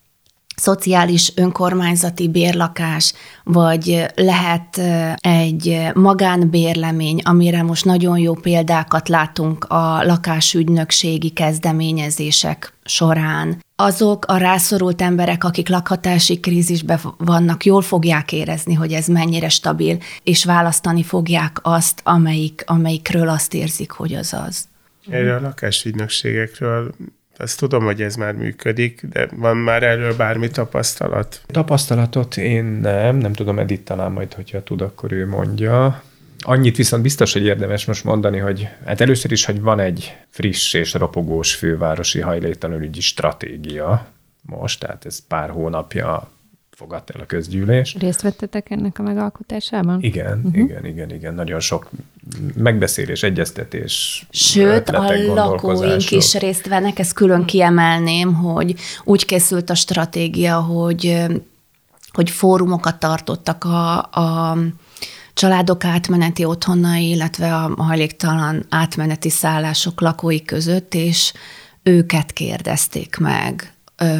Speaker 5: szociális önkormányzati bérlakás, vagy lehet egy magánbérlemény, amire most nagyon jó példákat látunk a lakásügynökségi kezdeményezések során. Azok a rászorult emberek, akik lakhatási krízisben vannak, jól fogják érezni, hogy ez mennyire stabil, és választani fogják azt, amelyik, amelyikről azt érzik, hogy az az.
Speaker 4: Erre a lakásügynökségekről azt tudom, hogy ez már működik, de van már erről bármi tapasztalat?
Speaker 3: Tapasztalatot én nem, nem tudom, Edith talán majd, hogyha tud, akkor ő mondja. Annyit viszont biztos, hogy érdemes most mondani, hogy hát először is, hogy van egy friss és ropogós fővárosi hajléktalanügyi stratégia most, tehát ez pár hónapja fogadta el a közgyűlés.
Speaker 2: Részt vettetek ennek a megalkotásában?
Speaker 3: Igen, uh-huh. igen, igen, igen. Nagyon sok megbeszélés, egyeztetés.
Speaker 5: Sőt, a lakóink is részt vennek, ezt külön kiemelném, hogy úgy készült a stratégia, hogy, hogy fórumokat tartottak a, a Családok Átmeneti Otthonai, illetve a hajléktalan átmeneti szállások lakói között, és őket kérdezték meg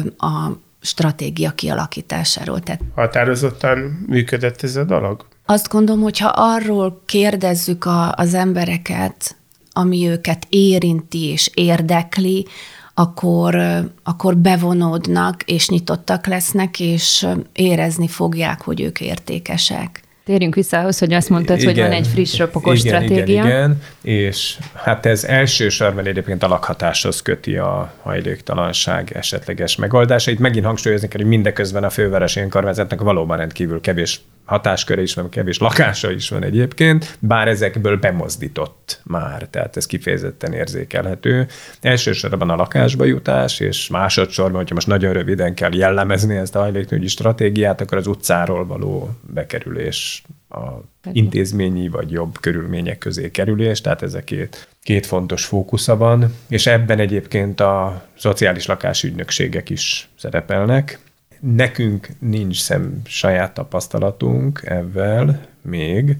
Speaker 5: a stratégia kialakításáról. Tehát
Speaker 4: határozottan működött ez a dolog?
Speaker 5: Azt gondolom, hogy ha arról kérdezzük a, az embereket, ami őket érinti és érdekli, akkor, akkor bevonódnak és nyitottak lesznek, és érezni fogják, hogy ők értékesek.
Speaker 2: Térjünk vissza ahhoz, hogy azt mondtad, igen, hogy van egy friss, ropogós
Speaker 3: igen,
Speaker 2: stratégia.
Speaker 3: Igen, igen, és hát ez elsősorban egyébként a lakhatáshoz köti a hajléktalanság esetleges megoldásait. Megint hangsúlyozni kell, hogy mindeközben a fővárosi önkormányzatnak valóban rendkívül kevés hatásköre is van, kevés lakása is van egyébként, bár ezekből bemozdított már, tehát ez kifejezetten érzékelhető. Elsősorban a lakásba jutás, és másodszorban, hogyha most nagyon röviden kell jellemezni ezt a hajléktalanügyi stratégiát, akkor az utcáról való bekerülés, a intézményi vagy jobb körülmények közé kerülés, tehát ez a két, két fontos fókusza van, és ebben egyébként a szociális lakásügynökségek is szerepelnek. Nekünk nincs szem saját tapasztalatunk ebben még,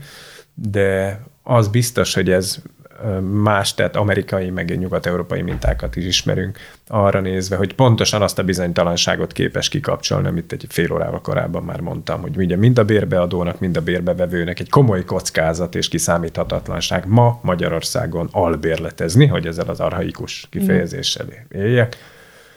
Speaker 3: de az biztos, hogy ez más, tehát amerikai, meg nyugat-európai mintákat is ismerünk arra nézve, hogy pontosan azt a bizonytalanságot képes kikapcsolni, amit egy fél órával korábban már mondtam, hogy ugye mind a bérbeadónak, mind a bérbevevőnek egy komoly kockázat és kiszámíthatatlanság ma Magyarországon albérletezni, hogy ezzel az archaikus kifejezéssel éljek.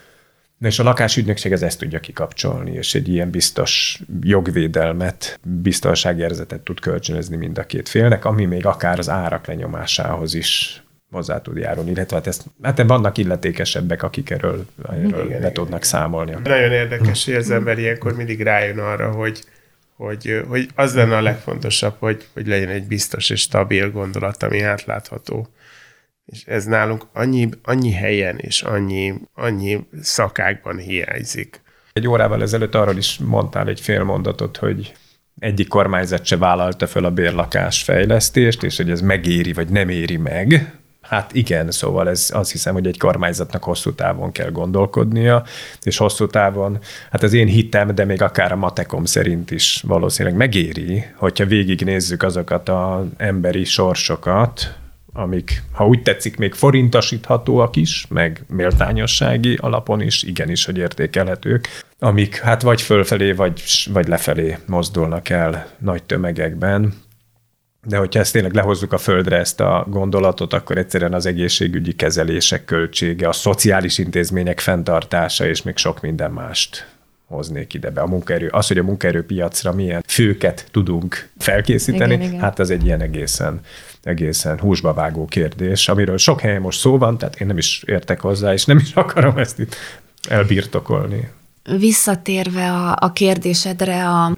Speaker 3: És a lakásügynökség ez ezt tudja kikapcsolni, és egy ilyen biztos jogvédelmet, biztonságérzetet tud kölcsönözni mind a két félnek, ami még akár az árak lenyomásához is hozzá tud járulni. Illetve hát, ezt, hát vannak illetékesebbek, akik erről, erről igen, le tudnak számolni.
Speaker 4: Nagyon érdekes, hogy az ember ilyenkor mindig rájön arra, hogy, hogy, hogy az lenne a legfontosabb, hogy, hogy legyen egy biztos és stabil gondolat, ami átlátható. És ez nálunk annyi, annyi helyen és annyi, annyi szakákban hiányzik.
Speaker 3: Egy órával ezelőtt arról is mondtál egy fél mondatot, hogy egyik kormányzat se vállalta föl a bérlakás fejlesztést, és hogy ez megéri, vagy nem éri meg. Hát igen, szóval ez azt hiszem, hogy egy kormányzatnak hosszú távon kell gondolkodnia, és hosszú távon, hát az én hitem, de még akár a matekom szerint is valószínűleg megéri, hogyha végignézzük azokat az emberi sorsokat, amik, ha úgy tetszik, még forintasíthatóak is, meg méltányossági alapon is, igenis, hogy értékelhetők, amik hát vagy fölfelé, vagy, vagy lefelé mozdulnak el nagy tömegekben. De hogyha ezt tényleg lehozzuk a földre, ezt a gondolatot, akkor egyszerűen az egészségügyi kezelések költsége, a szociális intézmények fenntartása, és még sok minden mást hoznék ide be. A munkaerő, az, hogy a munkaerőpiacra milyen főket tudunk felkészíteni, igen, igen. Hát az egy ilyen egészen, egészen húsba vágó kérdés, amiről sok helyen most szó van, tehát én nem is értek hozzá, és nem is akarom ezt itt elbirtokolni.
Speaker 5: Visszatérve a, a kérdésedre, a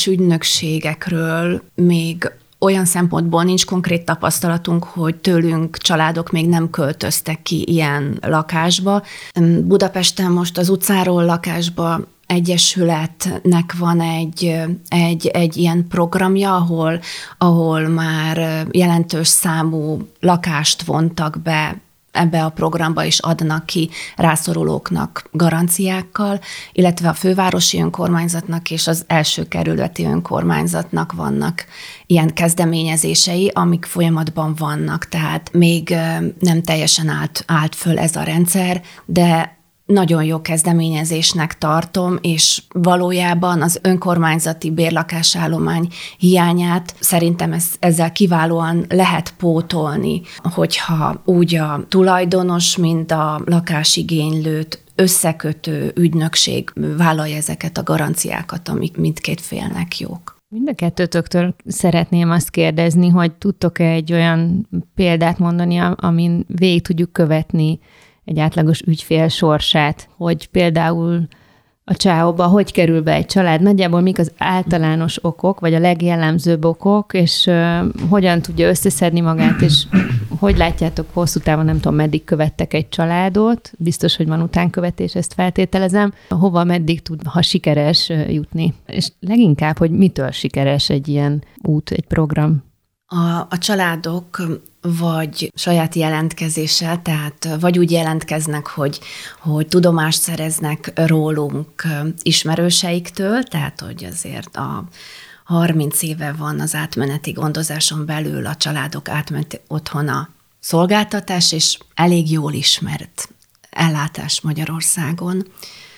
Speaker 5: lakásügynökségekről még olyan szempontból nincs konkrét tapasztalatunk, hogy tőlünk családok még nem költöztek ki ilyen lakásba. Budapesten most az utcáról lakásba egyesületnek van egy, egy, egy ilyen programja, ahol, ahol már jelentős számú lakást vontak be ebbe a programba is adnak ki rászorulóknak garanciákkal, illetve a fővárosi önkormányzatnak és az első kerületi önkormányzatnak vannak ilyen kezdeményezései, amik folyamatban vannak, tehát még nem teljesen állt, állt föl ez a rendszer, de nagyon jó kezdeményezésnek tartom, és valójában az önkormányzati bérlakásállomány hiányát szerintem ez, ezzel kiválóan lehet pótolni, hogyha úgy a tulajdonos, mint a lakásigénylőt összekötő ügynökség vállalja ezeket a garanciákat, amik mindkét félnek jók.
Speaker 2: Mind a kettőtöktől szeretném azt kérdezni, hogy tudtok-e egy olyan példát mondani, amin végig tudjuk követni egy átlagos ügyfél sorsát, hogy például a csáóba hogy kerül be egy család, nagyjából mik az általános okok, vagy a legjellemzőbb okok, és uh, hogyan tudja összeszedni magát, és hogy látjátok hosszú távon, nem tudom, meddig követtek egy családot, biztos, hogy van utánkövetés, ezt feltételezem, hova, meddig tud, ha sikeres jutni, és leginkább, hogy mitől sikeres egy ilyen út, egy program.
Speaker 5: A, a családok vagy saját jelentkezéssel, tehát vagy úgy jelentkeznek, hogy, hogy tudomást szereznek rólunk ismerőseiktől, tehát hogy azért a harminc éve van az átmeneti gondozáson belül a családok átmeneti otthona szolgáltatás, és elég jól ismert ellátás Magyarországon.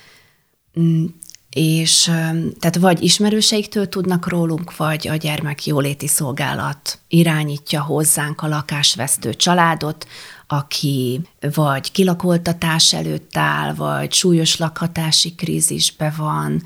Speaker 5: És tehát vagy ismerőseiktől tudnak rólunk, vagy a gyermekjóléti szolgálat irányítja hozzánk a lakásvesztő családot, aki vagy kilakoltatás előtt áll, vagy súlyos lakhatási krízisbe van,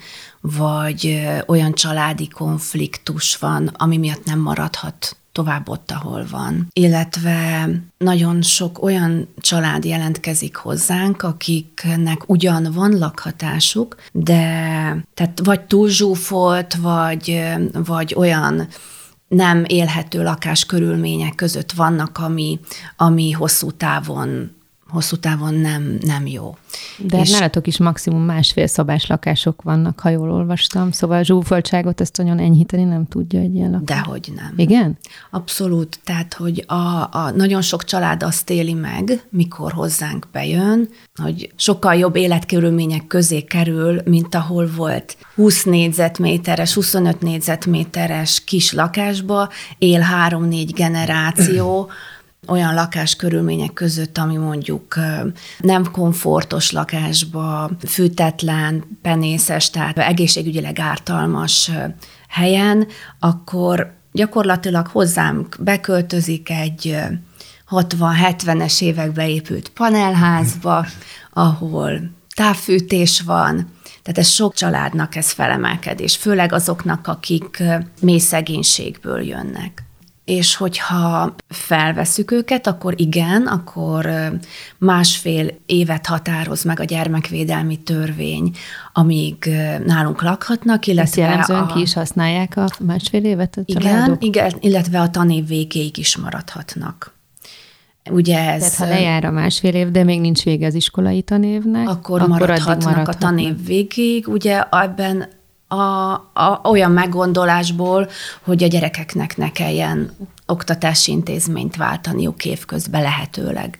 Speaker 5: vagy olyan családi konfliktus van, ami miatt nem maradhat tovább ott, ahol van. Illetve nagyon sok olyan család jelentkezik hozzánk, akiknek ugyan van lakhatásuk, de tehát vagy túlzsúfolt, vagy, vagy olyan nem élhető lakáskörülmények között vannak, ami, ami hosszú távon hosszú távon nem, nem jó.
Speaker 2: De és nálatok is maximum másfél szobás lakások vannak, ha jól olvastam, szóval a zsúfoltságot ezt nagyon enyhíteni nem tudja egy ilyen lakás.
Speaker 5: Dehogy nem.
Speaker 2: Igen?
Speaker 5: Abszolút, tehát, hogy a, a nagyon sok család azt éli meg, mikor hozzánk bejön, hogy sokkal jobb életkörülmények közé kerül, mint ahol volt húsz négyzetméteres, huszonöt négyzetméteres kis lakásba, él három-négy generáció, olyan lakáskörülmények között, ami mondjuk nem komfortos lakásba, fűtetlen, penészes, tehát egészségügyileg ártalmas helyen, akkor gyakorlatilag hozzánk beköltözik egy hatvan-hetvenes évekbe épült panelházba, ahol távfűtés van, tehát ez sok családnak ez felemelkedés, főleg azoknak, akik mély szegénységből jönnek. És hogyha felvesszük őket, akkor igen, akkor másfél évet határoz meg a gyermekvédelmi törvény, amíg nálunk lakhatnak, illetve...
Speaker 2: Ezt jellemzően a... ki is használják a másfél évet a
Speaker 5: családok? Igen, igen, illetve a tanév végéig is maradhatnak. Ugye ez...
Speaker 2: Tehát ha lejár a másfél év, de még nincs vége az iskolai tanévnek,
Speaker 5: akkor, akkor maradhatnak, maradhatnak a tanév végéig. Ugye ebben A, a, olyan meggondolásból, hogy a gyerekeknek ne kelljen oktatási intézményt váltaniuk évközben lehetőleg.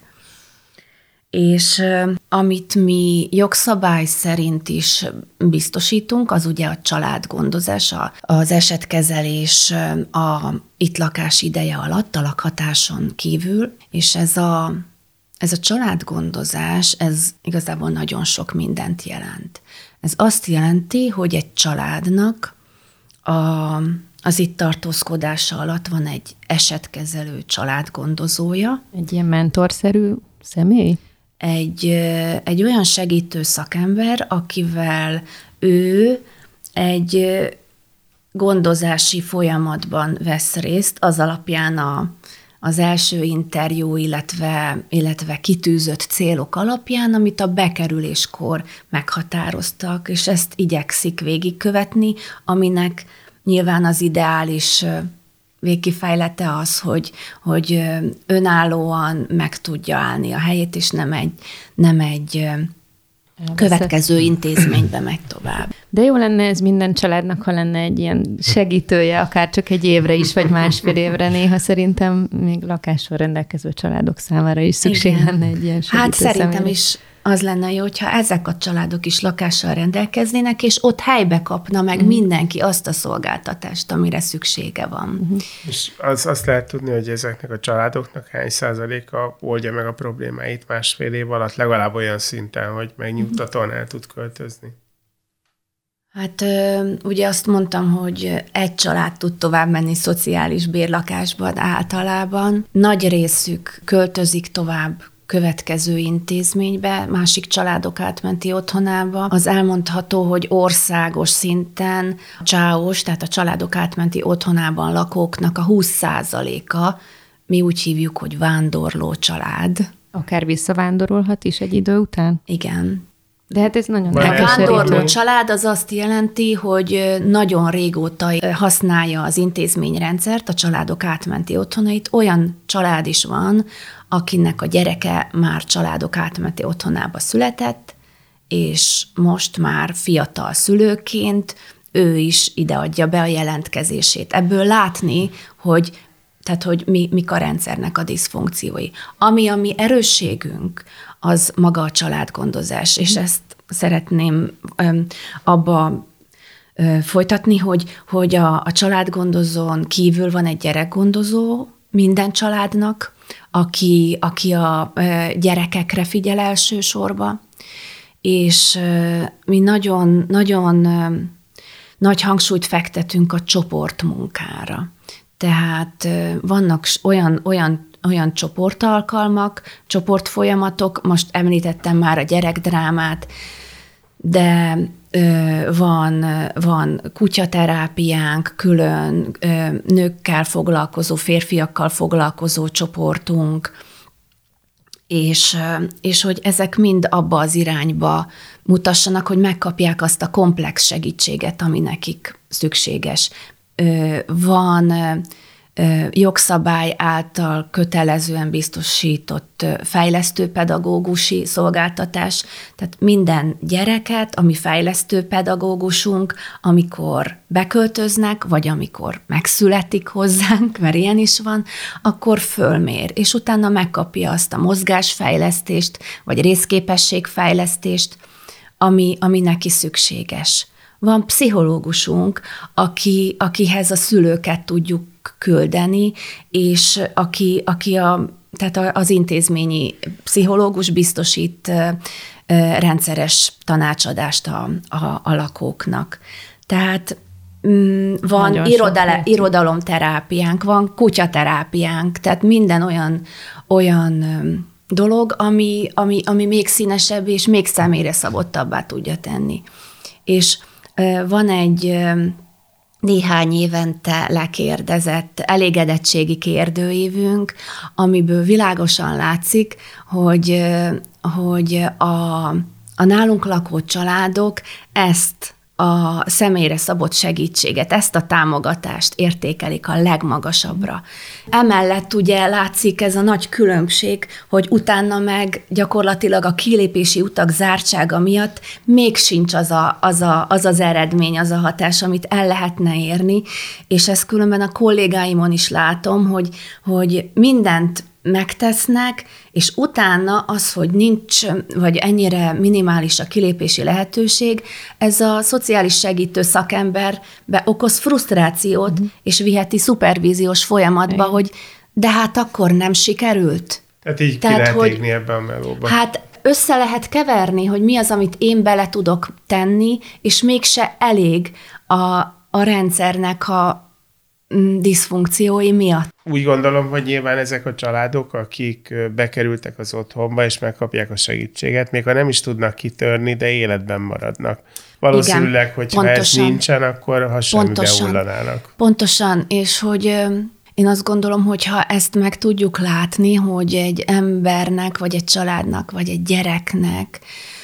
Speaker 5: És amit mi jogszabály szerint is biztosítunk, az ugye a családgondozás, az esetkezelés a itt lakás ideje alatt, a lakhatáson kívül, és ez a, ez a családgondozás, ez igazából nagyon sok mindent jelent. Ez azt jelenti, hogy egy családnak a az itt tartózkodása alatt van egy esetkezelő családgondozója.
Speaker 2: Egy ilyen mentorszerű személy?
Speaker 5: Egy, egy olyan segítő szakember, akivel ő egy gondozási folyamatban vesz részt, az alapján a, az első interjú, illetve, illetve kitűzött célok alapján, amit a bekerüléskor meghatároztak, és ezt igyekszik végigkövetni, aminek nyilván az ideális végkifejlete az, hogy, hogy önállóan meg tudja állni a helyét, és nem egy, nem egy következő intézménybe megy tovább.
Speaker 2: De jó lenne ez minden családnak, ha lenne egy ilyen segítője, akár csak egy évre is, vagy másfél évre. Néha szerintem még lakással rendelkező családok számára is szükség
Speaker 5: Igen.
Speaker 2: lenne egy ilyen segítő
Speaker 5: Hát szerintem
Speaker 2: személyre.
Speaker 5: is az lenne jó, hogyha ezek a családok is lakással rendelkeznének, és ott helybe kapna meg mm. mindenki azt a szolgáltatást, amire szüksége van. Mm-hmm.
Speaker 4: És az, azt lehet tudni, hogy ezeknek a családoknak hány százaléka oldja meg a problémáit másfél év alatt, legalább olyan szinten, hogy megnyugtatóan el tud költözni.
Speaker 5: Hát ugye azt mondtam, hogy egy család tud tovább menni szociális bérlakásban általában. Nagy részük költözik tovább következő intézménybe, másik családok átmenti otthonába. Az elmondható, hogy országos szinten a csáós, tehát a családok átmenti otthonában lakóknak a húsz százaléka, mi úgy hívjuk, hogy vándorló család.
Speaker 2: Akár visszavándorolhat is egy idő után?
Speaker 5: Igen.
Speaker 2: De hát ez nagyon
Speaker 5: A vándorló
Speaker 2: elkeserítő.
Speaker 5: család az azt jelenti, hogy nagyon régóta használja az intézményrendszert, a családok átmenti otthonait. Olyan család is van, akinek a gyereke már családok átmenti otthonába született, és most már fiatal szülőként ő is ideadja be a jelentkezését. Ebből látni, hogy tehát, hogy mi, mik a rendszernek a diszfunkciói. Ami a mi erősségünk, az maga a családgondozás, és ezt szeretném öm, abba ö, folytatni, hogy, hogy a, a családgondozón kívül van egy gyerekgondozó minden családnak, aki, aki a ö, gyerekekre figyel elsősorba, és ö, mi nagyon, nagyon ö, nagy hangsúlyt fektetünk a csoportmunkára. Tehát vannak olyan, olyan, olyan csoportalkalmak, csoportfolyamatok, most említettem már a gyerekdrámát, de van, van kutyaterápiánk, külön nőkkel foglalkozó, férfiakkal foglalkozó csoportunk, és, és hogy ezek mind abba az irányba mutassanak, hogy megkapják azt a komplex segítséget, ami nekik szükséges. Van jogszabály által kötelezően biztosított fejlesztőpedagógusi szolgáltatás, tehát minden gyereket, ami fejlesztőpedagógusunk, amikor beköltöznek, vagy amikor megszületik hozzánk, mert ilyen is van, akkor fölmér, és utána megkapja azt a mozgásfejlesztést, vagy részképességfejlesztést, ami, ami neki szükséges. Van pszichológusunk, aki, akihez a szülőket tudjuk küldeni, és aki, aki a, tehát az intézményi pszichológus biztosít rendszeres tanácsadást a, a, a lakóknak. Tehát van irodale, irodalomterápiánk, van kutyaterápiánk, tehát minden olyan, olyan dolog, ami, ami, ami még színesebb és még személyre szabottabbá tudja tenni. És van egy néhány évente lekérdezett elégedettségi kérdőívünk, amiből világosan látszik, hogy, hogy a, a nálunk lakó családok ezt a személyre szabott segítséget, ezt a támogatást értékelik a legmagasabbra. Emellett ugye látszik ez a nagy különbség, hogy utána meg gyakorlatilag a kilépési utak zártsága miatt még sincs az, a, az, a, az az eredmény, az a hatás, amit el lehetne érni, és ezt különben a kollégáimon is látom, hogy, hogy mindent megtesznek, és utána az, hogy nincs, vagy ennyire minimális a kilépési lehetőség, ez a szociális segítő szakemberbe okoz frusztrációt, uh-huh. és viheti szupervíziós folyamatba, hogy de hát akkor nem sikerült.
Speaker 4: Tehát így
Speaker 5: Tehát,
Speaker 4: ki lehet
Speaker 5: hogy,
Speaker 4: égni ebben a melóban.
Speaker 5: Hát össze lehet keverni, hogy mi az, amit én bele tudok tenni, és mégse elég a, a rendszernek a diszfunkciói miatt.
Speaker 4: Úgy gondolom, hogy nyilván ezek a családok, akik bekerültek az otthonba, és megkapják a segítséget, még ha nem is tudnak kitörni, de életben maradnak. Valószínűleg, igen, hogyha ez nincsen, akkor hasonlóan behullanának.
Speaker 5: Pontosan, és hogy én azt gondolom, hogy ha ezt meg tudjuk látni, hogy egy embernek, vagy egy családnak, vagy egy gyereknek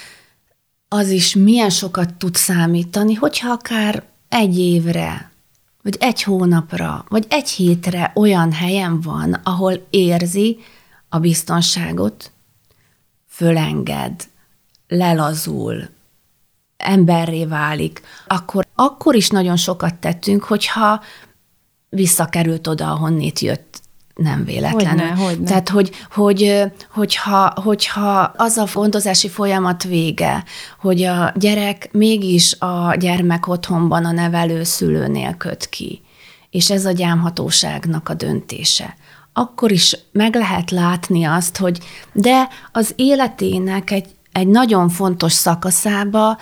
Speaker 5: az is milyen sokat tud számítani, hogyha akár egy évre, vagy egy hónapra, vagy egy hétre olyan helyen van, ahol érzi a biztonságot, fölenged, lelazul, emberré válik, akkor, akkor is nagyon sokat tettünk, hogyha visszakerült oda, ahonnét jött, nem véletlenül.
Speaker 2: Hogyne, hogyne.
Speaker 5: Tehát, hogy, hogy, hogyha, hogyha az a gondozási folyamat vége, hogy a gyerek mégis a gyermek otthonban a nevelőszülőnél köt ki, és ez a gyámhatóságnak a döntése, akkor is meg lehet látni azt, hogy de az életének egy, egy nagyon fontos szakaszába,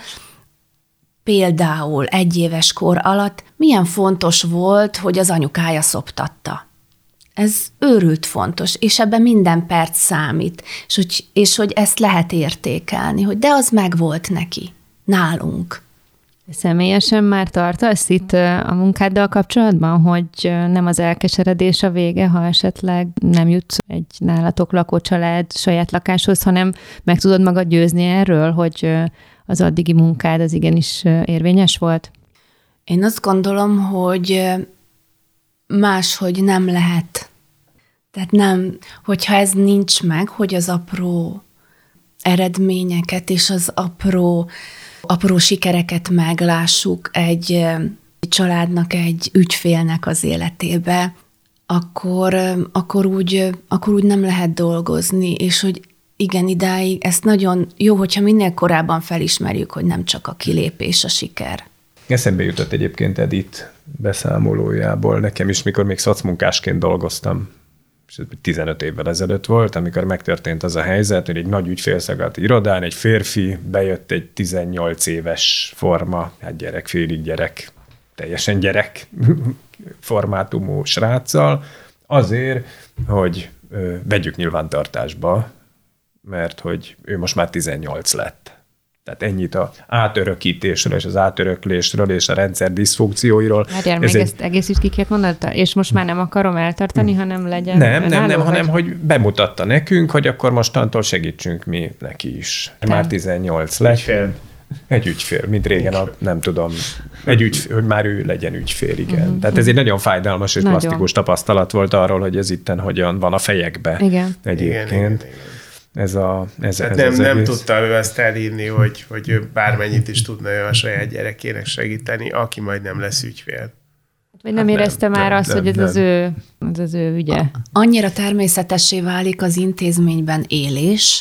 Speaker 5: például egy éves kor alatt milyen fontos volt, hogy az anyukája szoptatta. Ez őrült fontos, és ebben minden perc számít, és hogy, és hogy ezt lehet értékelni, hogy de az megvolt neki, nálunk.
Speaker 2: Személyesen már tartasz itt a munkáddal kapcsolatban, hogy nem az elkeseredés a vége, ha esetleg nem jutsz egy nálatok lakó család saját lakáshoz, hanem meg tudod magad győzni erről, hogy az addigi munkád az igenis érvényes volt?
Speaker 5: Én azt gondolom, hogy máshogy nem lehet. Tehát nem, hogyha ez nincs meg, hogy az apró eredményeket és az apró, apró sikereket meglássuk egy, egy családnak, egy ügyfélnek az életébe, akkor, akkor, úgy, akkor úgy nem lehet dolgozni, és hogy igen, idáig ezt nagyon jó, hogyha minél korábban felismerjük, hogy nem csak a kilépés a siker.
Speaker 3: Eszembe jutott egyébként Edith beszámolójából nekem is, mikor még szocmunkásként dolgoztam, és ez tizenöt évvel ezelőtt volt, amikor megtörtént az a helyzet, hogy egy nagy ügyfélszolgálati irodán egy férfi bejött egy tizennyolc éves forma, hát gyerek, félig gyerek, teljesen gyerek formátumú sráccal, azért, hogy ö, vegyük nyilvántartásba, mert hogy ő most már tizennyolc lett. Tehát ennyit az átörökítésről és az átöröklésről és a rendszer diszfunkcióiról.
Speaker 2: Várjál, még egy... ezt egész is ki kellett mondani, és most már nem akarom eltartani, hmm. hanem legyen
Speaker 3: Nem, nem, nem,
Speaker 2: vagy...
Speaker 3: hanem hogy bemutatta nekünk, hogy akkor mostantól segítsünk mi neki is. Te. Már tizennyolc lett. Ügyfél. Egy ügyfél, mint régen, a, nem tudom, egy ügyfél, hogy már ő legyen ügyfél, igen. Uh-huh. Tehát ez egy nagyon fájdalmas és nagyon plastikus tapasztalat volt arról, hogy ez itten hogyan van a fejekbe
Speaker 2: igen.
Speaker 3: egyébként. Igen, igen, igen. Ez a, ez, ez
Speaker 4: nem,
Speaker 3: az
Speaker 4: nem
Speaker 3: egész.
Speaker 4: tudta ő azt elhívni, hogy, hogy ő bármennyit is tudna ő a saját gyerekének segíteni, aki majd nem lesz ügyfél.
Speaker 2: Vagy nem hát érezte nem, már nem, azt, nem, hogy ez nem. az, ő, az az ő ügye?
Speaker 5: Annyira természetessé válik az intézményben élés,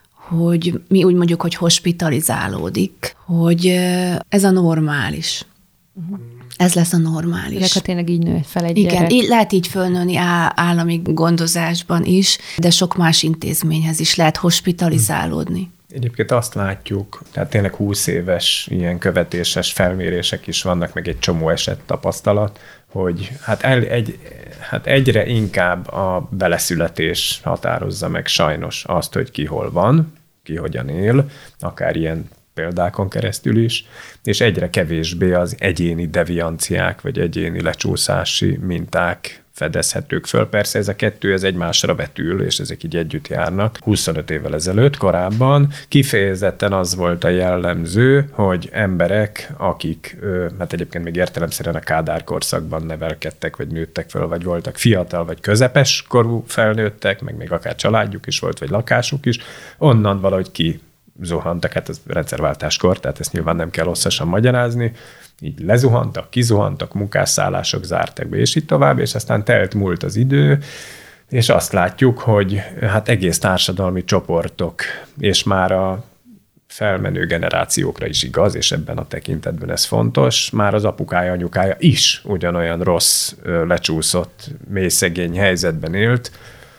Speaker 5: hogy mi úgy mondjuk, hogy hospitalizálódik, hogy ez a normális. Uh-huh. Ez lesz a normális.
Speaker 2: Ezek ha tényleg így nő fel egy
Speaker 5: Igen,
Speaker 2: gyerek.
Speaker 5: így lehet így fölnőni állami gondozásban is, de sok más intézményhez is lehet hospitalizálódni.
Speaker 3: Egyébként azt látjuk, tehát tényleg húsz éves ilyen követéses felmérések is vannak, meg egy csomó eset tapasztalat, hogy hát, el, egy, hát egyre inkább a beleszületés határozza meg sajnos azt, hogy ki hol van, ki hogyan él, akár ilyen példákon keresztül is, és egyre kevésbé az egyéni devianciák, vagy egyéni lecsúszási minták fedezhetők föl. Persze ez a kettő, ez egymásra vetül, és ezek így együtt járnak. huszonöt évvel ezelőtt, korábban kifejezetten az volt a jellemző, hogy emberek, akik, hát egyébként még értelemszerűen a Kádár korszakban nevelkedtek, vagy nőttek föl, vagy voltak fiatal, vagy közepes korú felnőttek, meg még akár családjuk is volt, vagy lakásuk is, onnan valahogy ki zuhantak, hát ez rendszerváltáskor, tehát ezt nyilván nem kell hosszasan magyarázni, így lezuhantak, kizuhantak, munkásszállások zártak be, és így tovább, és aztán telt múlt az idő, és azt látjuk, hogy hát egész társadalmi csoportok, és már a felmenő generációkra is igaz, és ebben a tekintetben ez fontos, már az apukája, anyukája is ugyanolyan rossz, lecsúszott, mély szegény helyzetben élt,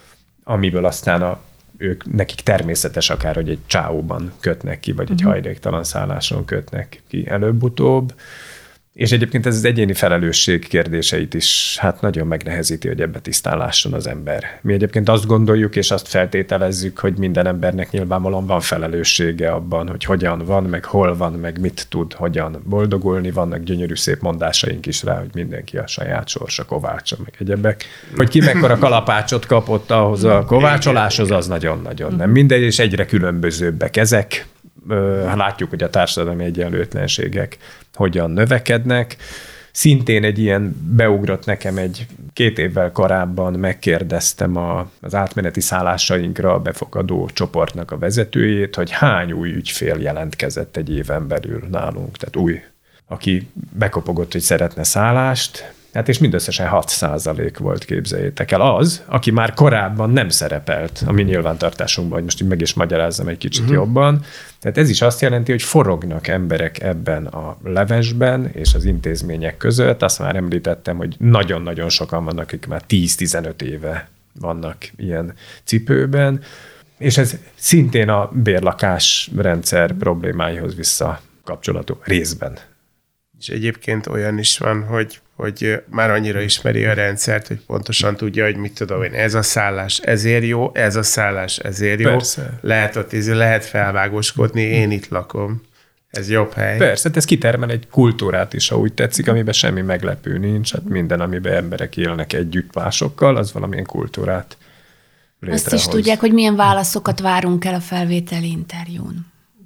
Speaker 3: amiből aztán a ők, nekik természetes akár, hogy egy csáóban kötnek ki, vagy egy uh-huh. hajléktalan szálláson kötnek ki előbb-utóbb, És egyébként ez az egyéni felelősség kérdéseit is hát nagyon megnehezíti, hogy ebbe tisztán lásson az ember. Mi egyébként azt gondoljuk, és azt feltételezzük, hogy minden embernek nyilvánvalóan van felelőssége abban, hogy hogyan van, meg hol van, meg mit tud, hogyan boldogulni. Vannak gyönyörű szép mondásaink is rá, hogy mindenki a saját sorsa kovácsa, meg egyebek. Hogy ki mekkora kalapácsot kapott ahhoz a kovácsoláshoz, az nagyon-nagyon nem mindegy, és egyre különbözőbbek ezek. Látjuk, hogy a társadalmi egyenlőtlenségek hogyan növekednek. Szintén egy ilyen beugrott nekem egy két évvel korábban, megkérdeztem a, az átmeneti szállásainkra a befogadó csoportnak a vezetőjét, hogy hány új ügyfél jelentkezett egy éven belül nálunk, tehát új, aki bekopogott, hogy szeretne szállást. Hát és mindösszesen hat százalék volt, képzeljétek el, az, aki már korábban nem szerepelt a mi nyilvántartásunkban, hogy most így meg is magyarázzam egy kicsit uh-huh. jobban. Tehát ez is azt jelenti, hogy forognak emberek ebben a levesben és az intézmények között. Azt már említettem, hogy nagyon-nagyon sokan vannak, akik már tíz-tizenöt éve vannak ilyen cipőben, és ez szintén a bérlakás rendszer problémáihoz visszakapcsolatú részben.
Speaker 4: És egyébként olyan is van, hogy, hogy már annyira ismeri a rendszert, hogy pontosan tudja, hogy mit tudom én, ez a szállás ezért jó, ez a szállás ezért jó.
Speaker 3: Persze.
Speaker 4: Lehet ott, lehet felvágoskodni, én itt lakom. Ez jobb hely.
Speaker 3: Persze, ez kitermel egy kultúrát is, ha úgy tetszik, amiben semmi meglepő nincs. Hát minden, amiben emberek élnek együtt másokkal, az valamilyen kultúrát létrehoz.
Speaker 5: Azt is tudják, hogy milyen válaszokat várunk el a felvételi interjún.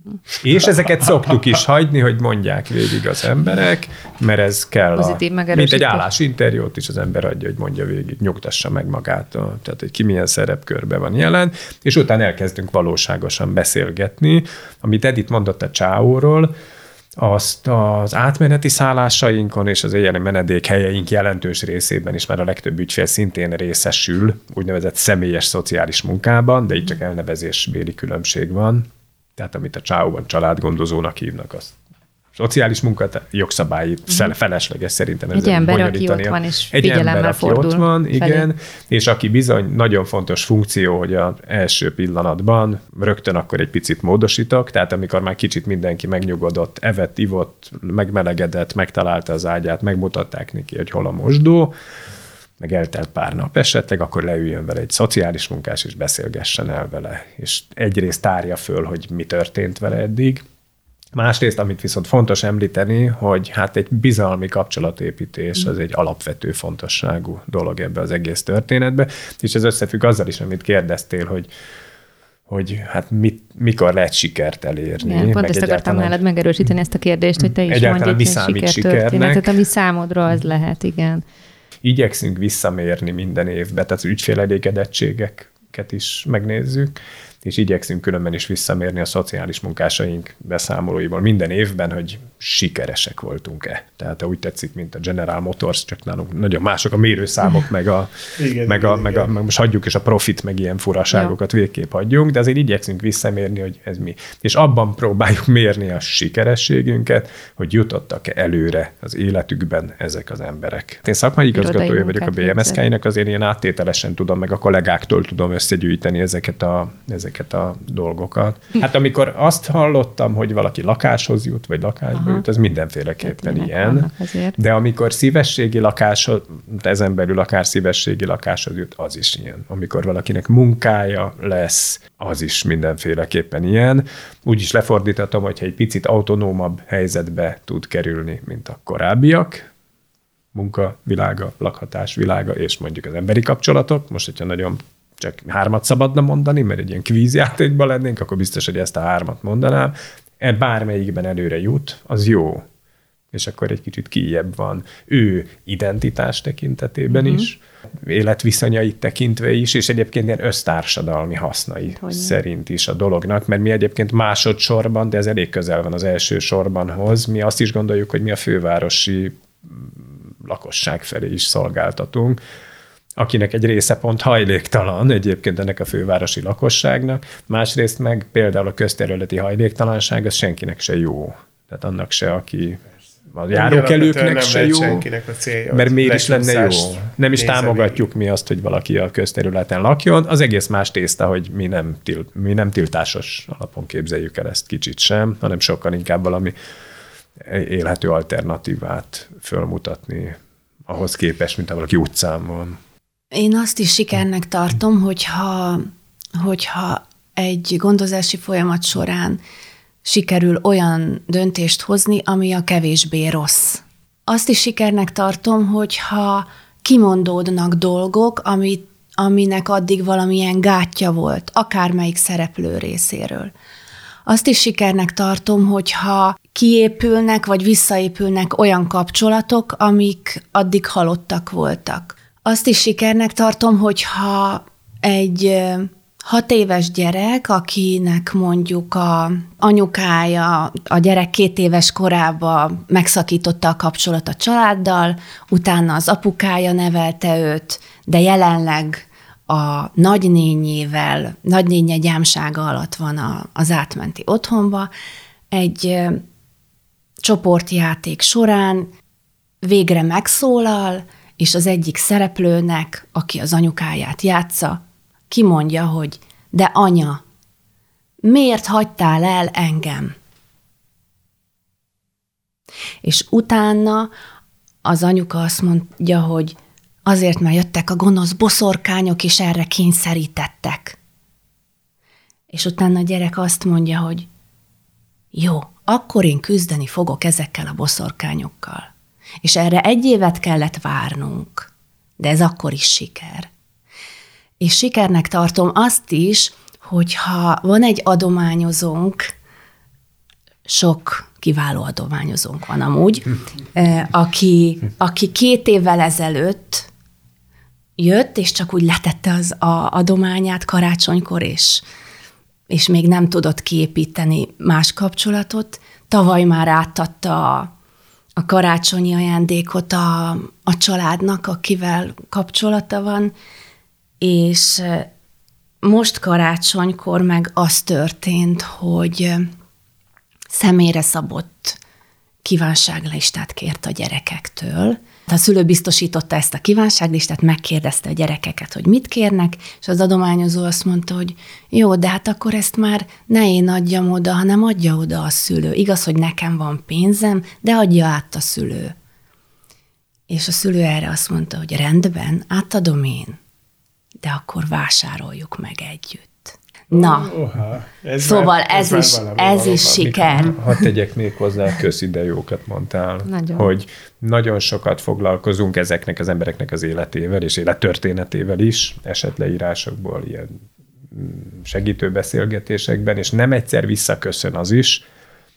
Speaker 3: És ezeket szoktuk is hagyni, hogy mondják végig az emberek, mert ez kell, a, mint egy állásinterjút is az ember adja, hogy mondja végig, nyugtassa meg magát, tehát hogy ki milyen szerepkörben van jelen, és utána elkezdünk valóságosan beszélgetni. Amit Edith mondott a csáóról, azt az átmeneti szállásainkon és az éjjeli menedékhelyeink jelentős részében is már a legtöbb ügyfél szintén részesül úgynevezett személyes szociális munkában, de itt csak elnevezésbéli különbség van. Tehát amit a csáóban családgondozónak hívnak, az szociális munkát, jogszabályi mm. felesleges szerintem
Speaker 2: ezzel egy ember, aki ott van, és
Speaker 3: egy ember, aki
Speaker 2: fordul
Speaker 3: ott van, igen,
Speaker 2: felé.
Speaker 3: És aki bizony nagyon fontos funkció, hogy az első pillanatban rögtön akkor egy picit módosítok, tehát amikor már kicsit mindenki megnyugodott, evett, ivott, megmelegedett, megtalálta az ágyát, megmutatták neki, hogy hol a mosdó, meg eltelt pár nap esetleg, akkor leüljön vele egy szociális munkás, és beszélgessen el vele. És egyrészt tárja föl, hogy mi történt vele eddig. Másrészt, amit viszont fontos említeni, hogy hát egy bizalmi kapcsolatépítés az egy alapvető fontosságú dolog ebbe az egész történetbe, és ez összefügg azzal is, amit kérdeztél, hogy hogy hát mit, mikor lehet sikert elérni.
Speaker 2: Igen, pont ezt akartam nálad megerősíteni ezt a kérdést, hogy te is mondj egy sikertörténetet, ami számodra az lehet, igen.
Speaker 3: Igyekszünk visszamérni minden évben, tehát az ügyfélelégedettségeket is megnézzük, és igyekszünk különben is visszamérni a szociális munkásaink beszámolóiból minden évben, hogy sikeresek voltunk-e. Tehát úgy tetszik, mint a General Motors, csak nálunk nagyon mások a mérőszámok, meg a, igen, meg a, igen, meg a meg most hagyjuk, és a profit, meg ilyen furaságokat ja. végképp hagyjunk, de azért igyekszünk visszamérni, hogy ez mi. És abban próbáljuk mérni a sikerességünket, hogy jutottak-e előre az életükben ezek az emberek. Én szakmai igazgatója vagyok a bé em es ká-nek, azért én áttételesen tudom, meg a kollégáktól tudom összegyűjteni ezeket a, ezeket a dolgokat. Hát amikor azt hallottam, hogy valaki lakáshoz jut, vagy lakásba Aha. jut, az mindenféleképpen hát, ilyen. De amikor szívességi lakáshoz, ezen belül akár szívességi lakáshoz jut, az is ilyen. Amikor valakinek munkája lesz, az is mindenféleképpen ilyen. Úgy is lefordíthatom, hogyha egy picit autonómabb helyzetbe tud kerülni, mint a korábbiak, munkavilága, lakhatás világa, és mondjuk az emberi kapcsolatok. Most, hogyha nagyon csak hármat szabadna mondani, mert egy ilyen kvízjátékban lennénk, akkor biztos, hogy ezt a hármat mondanám. E bármelyikben előre jut, az jó. És akkor egy kicsit kijjebb van ő identitás tekintetében uh-huh. is, életviszonyait tekintve is, és egyébként ilyen össztársadalmi hasznai Hogyne. szerint is a dolognak, mert mi egyébként másodszorban, de ez elég közel van az első sorbanhoz, mi azt is gondoljuk, hogy mi a fővárosi lakosság felé is szolgáltatunk, akinek egy része pont hajléktalan egyébként ennek a fővárosi lakosságnak, másrészt meg például a közterületi hajléktalanság, az senkinek se jó. Tehát annak se, aki a járókelőknek se jó, a célja, mert miért is lenne jó. Nem is támogatjuk mi azt, hogy valaki a közterületen lakjon. Az egész más tészta, hogy mi nem, tilt, mi nem tiltásos alapon képzeljük el ezt kicsit sem, hanem sokkal inkább valami élhető alternatívát fölmutatni ahhoz képest, mint ha valaki utcán van.
Speaker 5: Én azt is sikernek tartom, hogyha, hogyha egy gondozási folyamat során sikerül olyan döntést hozni, ami a kevésbé rossz. Azt is sikernek tartom, hogyha kimondódnak dolgok, amit, aminek addig valamilyen gátja volt, akármelyik szereplő részéről. Azt is sikernek tartom, hogyha kiépülnek, vagy visszaépülnek olyan kapcsolatok, amik addig halottak voltak. Azt is sikernek tartom, hogyha egy hat éves gyerek, akinek mondjuk a anyukája a gyerek két éves korában megszakította a kapcsolat a családdal, utána az apukája nevelte őt, de jelenleg a nagynényével, nagynénye gyámsága alatt van a, az átmenti otthonba, egy csoportjáték során végre megszólal, és az egyik szereplőnek, aki az anyukáját játsza, kimondja, hogy de anya, miért hagytál el engem? És utána az anyuka azt mondja, hogy azért, mert jöttek a gonosz boszorkányok, és erre kényszerítettek. És utána a gyerek azt mondja, hogy jó, akkor én küzdeni fogok ezekkel a boszorkányokkal. És erre egy évet kellett várnunk, de ez akkor is siker. És sikernek tartom azt is, hogyha van egy adományozónk, sok kiváló adományozónk van amúgy, aki, aki két évvel ezelőtt jött, és csak úgy letette az a adományát karácsonykor, és, és még nem tudott kiépíteni más kapcsolatot. Tavaly már átadta a, a karácsonyi ajándékot a, a családnak, akivel kapcsolata van, és most karácsonykor meg az történt, hogy személyre szabott kívánságlistát kért a gyerekektől. A szülő biztosította ezt a kívánságlistát, megkérdezte a gyerekeket, hogy mit kérnek, és az adományozó azt mondta, hogy jó, de hát akkor ezt már ne én adjam oda, hanem adja oda a szülő. Igaz, hogy nekem van pénzem, de adja át a szülő. És a szülő erre azt mondta, hogy rendben, átadom én, de akkor vásároljuk meg együtt. Na,
Speaker 4: Oha, ez
Speaker 5: szóval
Speaker 4: már,
Speaker 5: ez,
Speaker 4: ez,
Speaker 5: is,
Speaker 4: már
Speaker 5: ez is siker.
Speaker 3: Hadd tegyek még hozzá, köszi, de jókat mondtál,
Speaker 2: Nagyon.
Speaker 3: hogy nagyon sokat foglalkozunk ezeknek az embereknek az életével és élettörténetével is, esetleírásokból, ilyen segítő beszélgetésekben, és nem egyszer visszaköszön az is,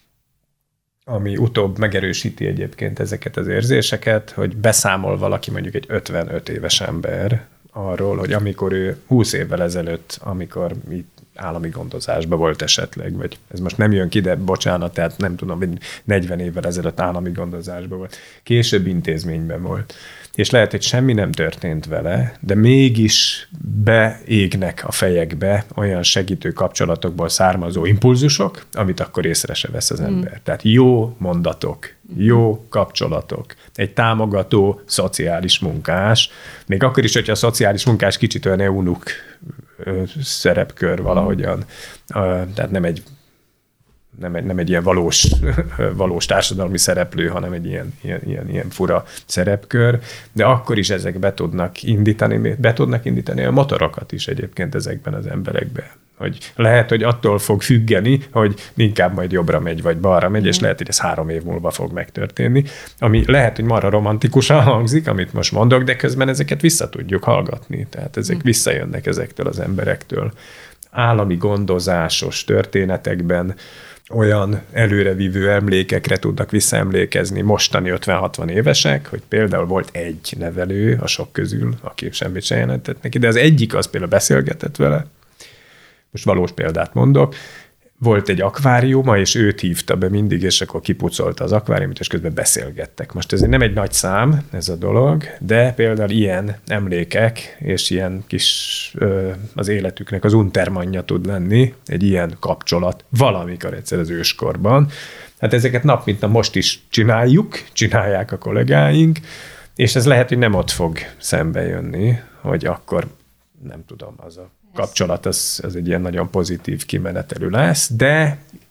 Speaker 3: ami utóbb megerősíti egyébként ezeket az érzéseket, hogy beszámol valaki, mondjuk egy ötvenöt éves ember arról, hogy amikor ő húsz évvel ezelőtt, amikor itt állami gondozásban volt esetleg, vagy ez most nem jön ki, de bocsánat, tehát nem tudom, hogy negyven évvel ezelőtt állami gondozásban volt. Később intézményben volt. És lehet, hogy semmi nem történt vele, de mégis beégnek a fejekbe olyan segítő kapcsolatokból származó impulzusok, amit akkor észre se vesz az ember. Mm. Tehát jó mondatok, jó kapcsolatok, egy támogató szociális munkás, még akkor is, hogyha a szociális munkás kicsit olyan eunuk szerepkör valahogyan, tehát nem egy Nem egy, nem egy ilyen valós, valós társadalmi szereplő, hanem egy ilyen, ilyen, ilyen, ilyen fura szerepkör, de akkor is ezek be tudnak indítani, be tudnak indítani a motorokat is egyébként ezekben az emberekben. Hogy lehet, hogy attól fog függeni, hogy inkább majd jobbra megy, vagy balra megy, mm. és lehet, hogy ez három év múlva fog megtörténni, ami lehet, hogy marha romantikusan hangzik, amit most mondok, de közben ezeket vissza tudjuk hallgatni, tehát ezek mm. visszajönnek ezektől az emberektől. Állami gondozásos történetekben olyan előrevívő emlékekre tudnak visszaemlékezni mostani ötven-hatvan évesek, hogy például volt egy nevelő a sok közül, aki semmit sem jelentett neki, de az egyik az például beszélgetett vele, most valós példát mondok, volt egy akváriuma, és őt hívta be mindig, és akkor kipucolta az akváriumot, és közben beszélgettek. Most ez nem egy nagy szám, ez a dolog, de például ilyen emlékek, és ilyen kis ö, az életüknek az untermanja tud lenni, egy ilyen kapcsolat valamikor egyszer az őskorban. Hát ezeket nap mint nap most is csináljuk, csinálják a kollégáink, és ez lehet, hogy nem ott fog szembe jönni, hogy akkor nem tudom, az a kapcsolat az, az egy ilyen nagyon pozitív kimenetelő lesz, de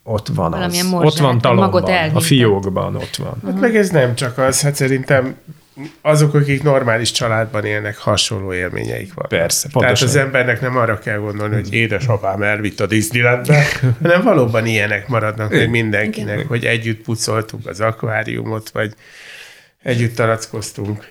Speaker 3: ott van
Speaker 2: valamilyen
Speaker 3: az.
Speaker 2: morzsát,
Speaker 3: Ott van talomban,
Speaker 2: elhintett.
Speaker 3: a fiókban ott van.
Speaker 4: Hát meg ez nem csak az, hát szerintem azok, akik normális családban élnek, hasonló élményeik van.
Speaker 3: Persze,
Speaker 4: Tehát
Speaker 3: pontosan.
Speaker 4: az embernek nem arra kell gondolni, hogy édesapám elvitt a Disneylandbe, hanem valóban ilyenek maradnak meg mindenkinek, igen. Hogy együtt pucoltuk az akváriumot, vagy együtt tarackoztunk.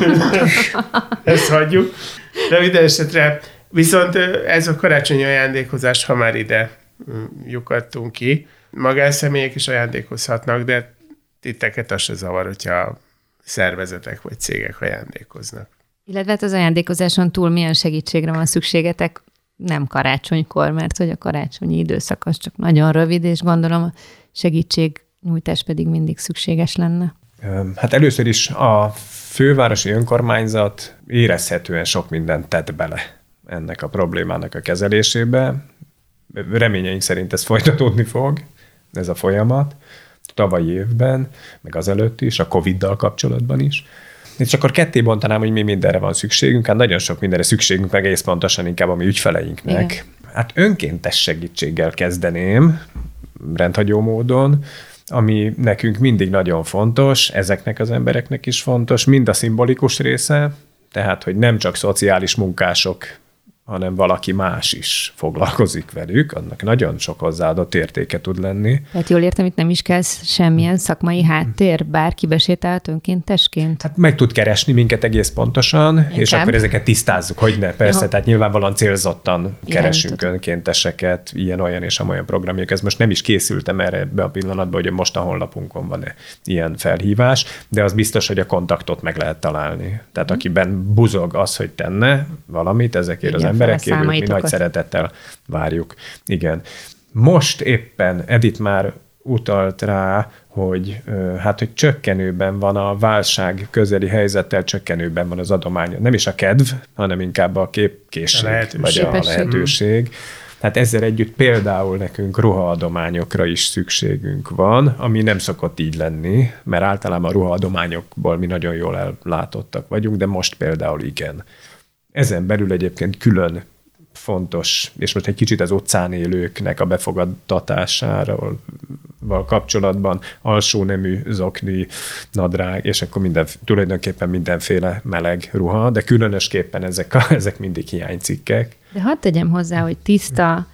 Speaker 4: Ezt hagyjuk. De minden esetre viszont ez a karácsonyi ajándékozás, ha már ide lyukadtunk ki, magánszemélyek is ajándékozhatnak, de titeket az se zavar, hogyha szervezetek vagy cégek ajándékoznak.
Speaker 2: Illetve hát az ajándékozáson túl milyen segítségre van szükségetek, nem karácsonykor, mert hogy a karácsonyi időszak az csak nagyon rövid, és gondolom a segítségnyújtás pedig mindig szükséges lenne.
Speaker 3: Hát először is a fővárosi önkormányzat érezhetően sok mindent tett bele ennek a problémának a kezelésébe. Reményeink szerint ez folytatódni fog, ez a folyamat, tavalyi évben, meg azelőtt is, a Coviddal kapcsolatban is. És akkor ketté bontanám, hogy mi mindenre van szükségünk. Hát nagyon sok mindenre szükségünk, meg egész pontosan inkább a mi ügyfeleinknek. Igen. Hát önkéntes segítséggel kezdeném, rendhagyó módon, ami nekünk mindig nagyon fontos, ezeknek az embereknek is fontos, mind a szimbolikus része, tehát, hogy nem csak szociális munkások, hanem valaki más is foglalkozik velük, annak nagyon sok hozzáadott értéke tud lenni.
Speaker 2: Tehát jól értem, itt nem is kell semmilyen szakmai háttér, bárki besétált önkéntesként?
Speaker 3: Hát meg tud keresni minket egész pontosan,
Speaker 2: Inkább.
Speaker 3: És akkor ezeket tisztázzuk, hogy ne, persze, Aha. tehát nyilvánvalóan célzottan
Speaker 2: Igen,
Speaker 3: keresünk
Speaker 2: tudom.
Speaker 3: önkénteseket, ilyen, olyan és amolyan programjuk. Ez most nem is készültem erre ebbe a pillanatban, hogy most a honlapunkon van ilyen felhívás, de az biztos, hogy a kontaktot meg lehet találni. Tehát akiben buzog az, hogy tenne valamit ezekért az emberekért, mi nagy szeretettel várjuk. Igen. Most éppen Edith már utalt rá, hogy hát, hogy csökkenőben van a válság közeli helyzettel, csökkenőben van az adomány. Nem is a kedv, hanem inkább a képkészség, a lehetőség. vagy a lehetőség. Tehát ezzel együtt például nekünk ruhaadományokra is szükségünk van, ami nem szokott így lenni, mert általában a ruhaadományokból mi nagyon jól ellátottak vagyunk, de most például igen. Ezen belül egyébként külön fontos, és most egy kicsit az utcán élőknek a befogadtatásáról kapcsolatban alsó nemű zokni, nadrág, és akkor minden, tulajdonképpen mindenféle meleg ruha, de különösképpen ezek, a, ezek mindig hiánycikkek.
Speaker 2: De hadd tegyem hozzá, hogy tiszta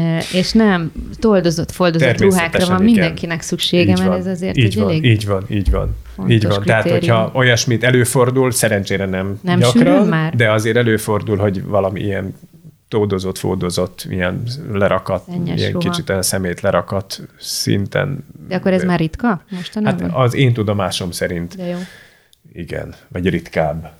Speaker 2: és nem toldozott, foldozott ruhákra van igen. mindenkinek szüksége, mert ez azért
Speaker 3: így
Speaker 2: egy
Speaker 3: van,
Speaker 2: elég
Speaker 3: így van, így van. Így van. Tehát, hogyha olyasmit előfordul, szerencsére nem,
Speaker 2: nem
Speaker 3: gyakran,
Speaker 2: már.
Speaker 3: De azért előfordul, hogy valami ilyen tódozott, fódozott, ilyen lerakat, Szennyes ilyen ruha. Kicsit olyan szemét lerakat szinten.
Speaker 2: De akkor ez de, már ritka mostanában?
Speaker 3: Hát az én tudomásom szerint
Speaker 2: de jó.
Speaker 3: Igen, vagy ritkább.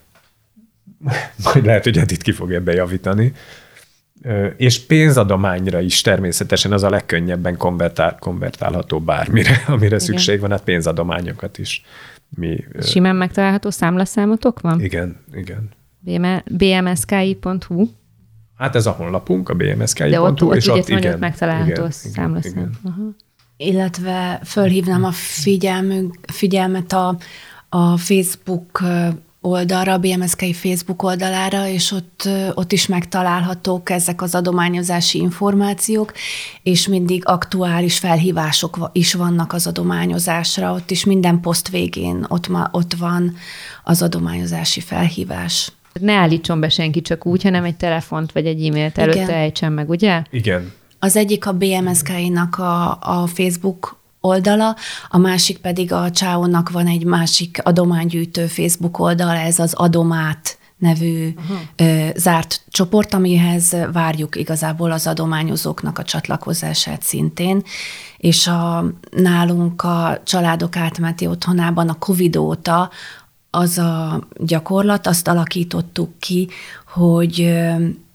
Speaker 3: Majd lehet, hogy Edith ki fog ebbe javítani. És pénzadományra is természetesen az a legkönnyebben konvertál, konvertálható bármire, amire igen. szükség van, hát pénzadományokat is. Mi,
Speaker 2: simán megtalálható számlaszámotok van?
Speaker 3: Igen, igen.
Speaker 2: bé em es ká i pont hu
Speaker 3: Hát ez a honlapunk, a bé em es ká i pont hu,
Speaker 2: de ott,
Speaker 3: és
Speaker 2: ott,
Speaker 3: ott igen,
Speaker 2: megtalálható a számlaszám.
Speaker 5: Illetve fölhívnám a figyelmünk, figyelmet a, a Facebook oldalra, a bé em es ká i Facebook oldalára, és ott, ott is megtalálhatók ezek az adományozási információk, és mindig aktuális felhívások is vannak az adományozásra, ott is minden poszt végén ott, ma, ott van az adományozási felhívás.
Speaker 2: Ne állítson be senki csak úgy, hanem egy telefont vagy egy e-mailt előtte ejtsen meg, ugye?
Speaker 3: Igen.
Speaker 5: Az egyik a bé em es ká i-nak a, a Facebook oldala, a másik pedig a Csáónak van egy másik adománygyűjtő Facebook oldal, ez az Adomát nevű ö, zárt csoport, amihez várjuk igazából az adományozóknak a csatlakozását szintén, és a, nálunk a Családok Átmeneti Otthonában a Covid óta az a gyakorlat, azt alakítottuk ki, hogy ö,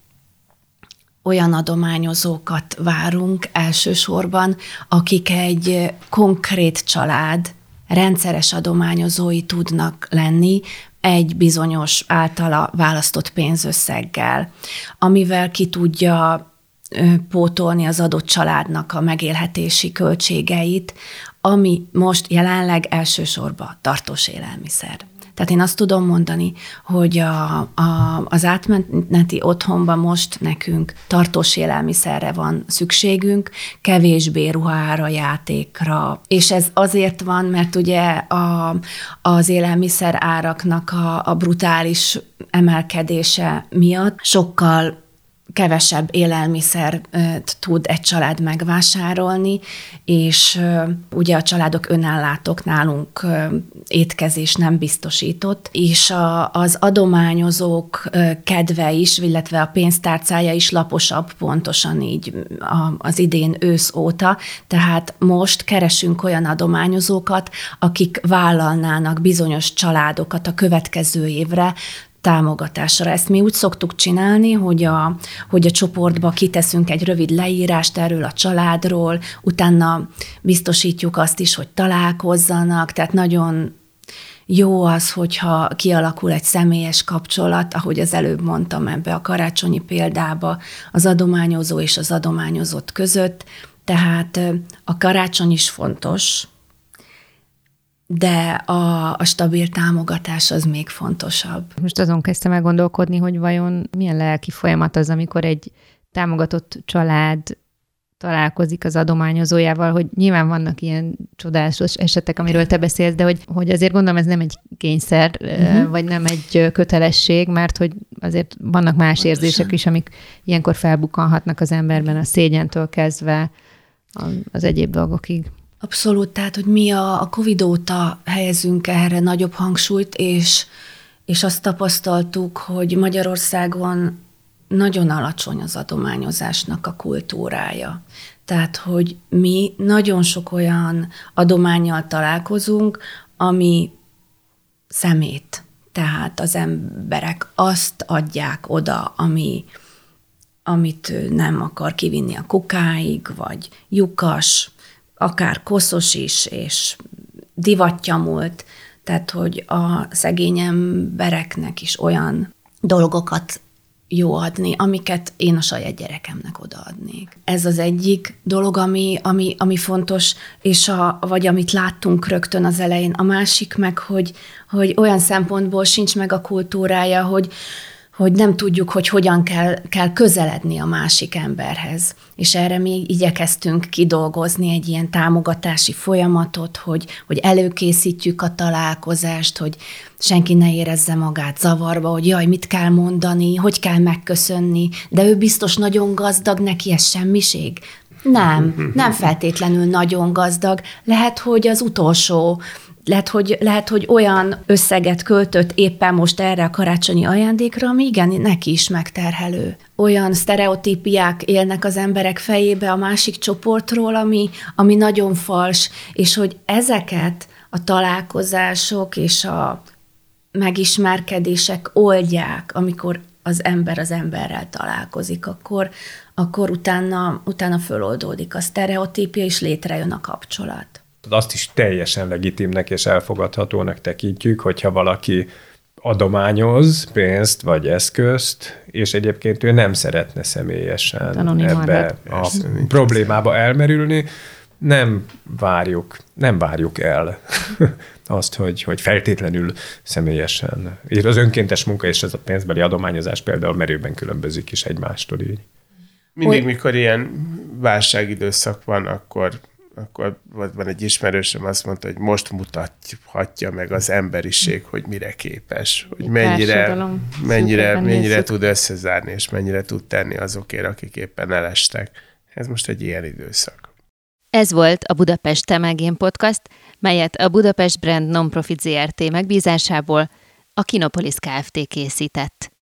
Speaker 5: olyan adományozókat várunk elsősorban, akik egy konkrét család rendszeres adományozói tudnak lenni egy bizonyos általa választott pénzösszeggel, amivel ki tudja pótolni az adott családnak a megélhetési költségeit, ami most jelenleg elsősorban tartós élelmiszer. Tehát én azt tudom mondani, hogy a, a, az átmeneti otthonban most nekünk tartós élelmiszerre van szükségünk, kevésbé ruhára, játékra, és ez azért van, mert ugye a, az élelmiszer áraknak a, a brutális emelkedése miatt sokkal kevesebb élelmiszert tud egy család megvásárolni, és ugye a családok önellátók, nálunk étkezés nem biztosított, és a, az adományozók kedve is, illetve a pénztárcája is laposabb pontosan így az idén ősz óta, tehát most keresünk olyan adományozókat, akik vállalnának bizonyos családokat a következő évre, támogatásra. Ezt mi úgy szoktuk csinálni, hogy a, hogy a csoportba kiteszünk egy rövid leírást erről a családról, utána biztosítjuk azt is, hogy találkozzanak, tehát nagyon jó az, hogyha kialakul egy személyes kapcsolat, ahogy az előbb mondtam ebbe a karácsonyi példába, az adományozó és az adományozott között, tehát a karácsony is fontos, de a, a stabil támogatás az még fontosabb.
Speaker 2: Most azon kezdtem el gondolkodni, hogy vajon milyen lelki folyamat az, amikor egy támogatott család találkozik az adományozójával, hogy nyilván vannak ilyen csodálatos esetek, amiről te beszélsz, de hogy, hogy azért gondolom ez nem egy kényszer, uh-huh. vagy nem egy kötelesség, mert hogy azért vannak más Pontosan. érzések is, amik ilyenkor felbukkanhatnak az emberben, a szégyentől kezdve az egyéb dolgokig.
Speaker 5: Abszolút, tehát, hogy mi a, a Covid óta helyezünk erre nagyobb hangsúlyt, és, és azt tapasztaltuk, hogy Magyarországon nagyon alacsony az adományozásnak a kultúrája. Tehát, hogy mi nagyon sok olyan adománnyal találkozunk, ami szemét. Tehát az emberek azt adják oda, ami, amit nem akar kivinni a kukáig, vagy lyukas, akár koszos is, és divattyamult, tehát, hogy a szegény embereknek is olyan dolgokat jó adni, amiket én a saját gyerekemnek odaadnék. Ez az egyik dolog, ami, ami, ami fontos, és a, vagy amit láttunk rögtön az elején. A másik meg, hogy, hogy olyan szempontból sincs meg a kultúrája, hogy hogy nem tudjuk, hogy hogyan kell, kell közeledni a másik emberhez. És erre mi igyekeztünk kidolgozni egy ilyen támogatási folyamatot, hogy, hogy előkészítjük a találkozást, hogy senki ne érezze magát zavarba, hogy jaj, mit kell mondani, hogy kell megköszönni, de ő biztos nagyon gazdag, neki ez semmiség. Nem, nem feltétlenül nagyon gazdag. Lehet, hogy az utolsó Lehet hogy, lehet, hogy olyan összeget költött éppen most erre a karácsonyi ajándékra, ami igen, neki is megterhelő. Olyan sztereotípiák élnek az emberek fejébe a másik csoportról, ami, ami nagyon fals, és hogy ezeket a találkozások és a megismerkedések oldják, amikor az ember az emberrel találkozik, akkor, akkor utána, utána föloldódik a sztereotípia, és létrejön a kapcsolat.
Speaker 3: Azt is teljesen legitimnek és elfogadhatónak tekintjük, hogyha valaki adományoz pénzt vagy eszközt, és egyébként ő nem szeretne személyesen Anonim ebbe a persze, problémába elmerülni, nem várjuk, nem várjuk el azt, hogy, hogy feltétlenül személyesen. És az önkéntes munka és ez a pénzbeli adományozás például merőben különbözik is egymástól így.
Speaker 4: Mindig, mikor ilyen válságidőszak van, akkor akkor van egy ismerősöm, azt mondta, hogy most mutathatja meg az emberiség, hogy mire képes, hogy mennyire, mennyire, mennyire tud összezárni, és mennyire tud tenni azokért, akik éppen elestek. Ez most egy ilyen időszak.
Speaker 2: Ez volt a Budapest Te meg én podcast, melyet a Budapest Brand Nonprofit Zé Er Té megbízásából a Kinopolis Kft. Készített.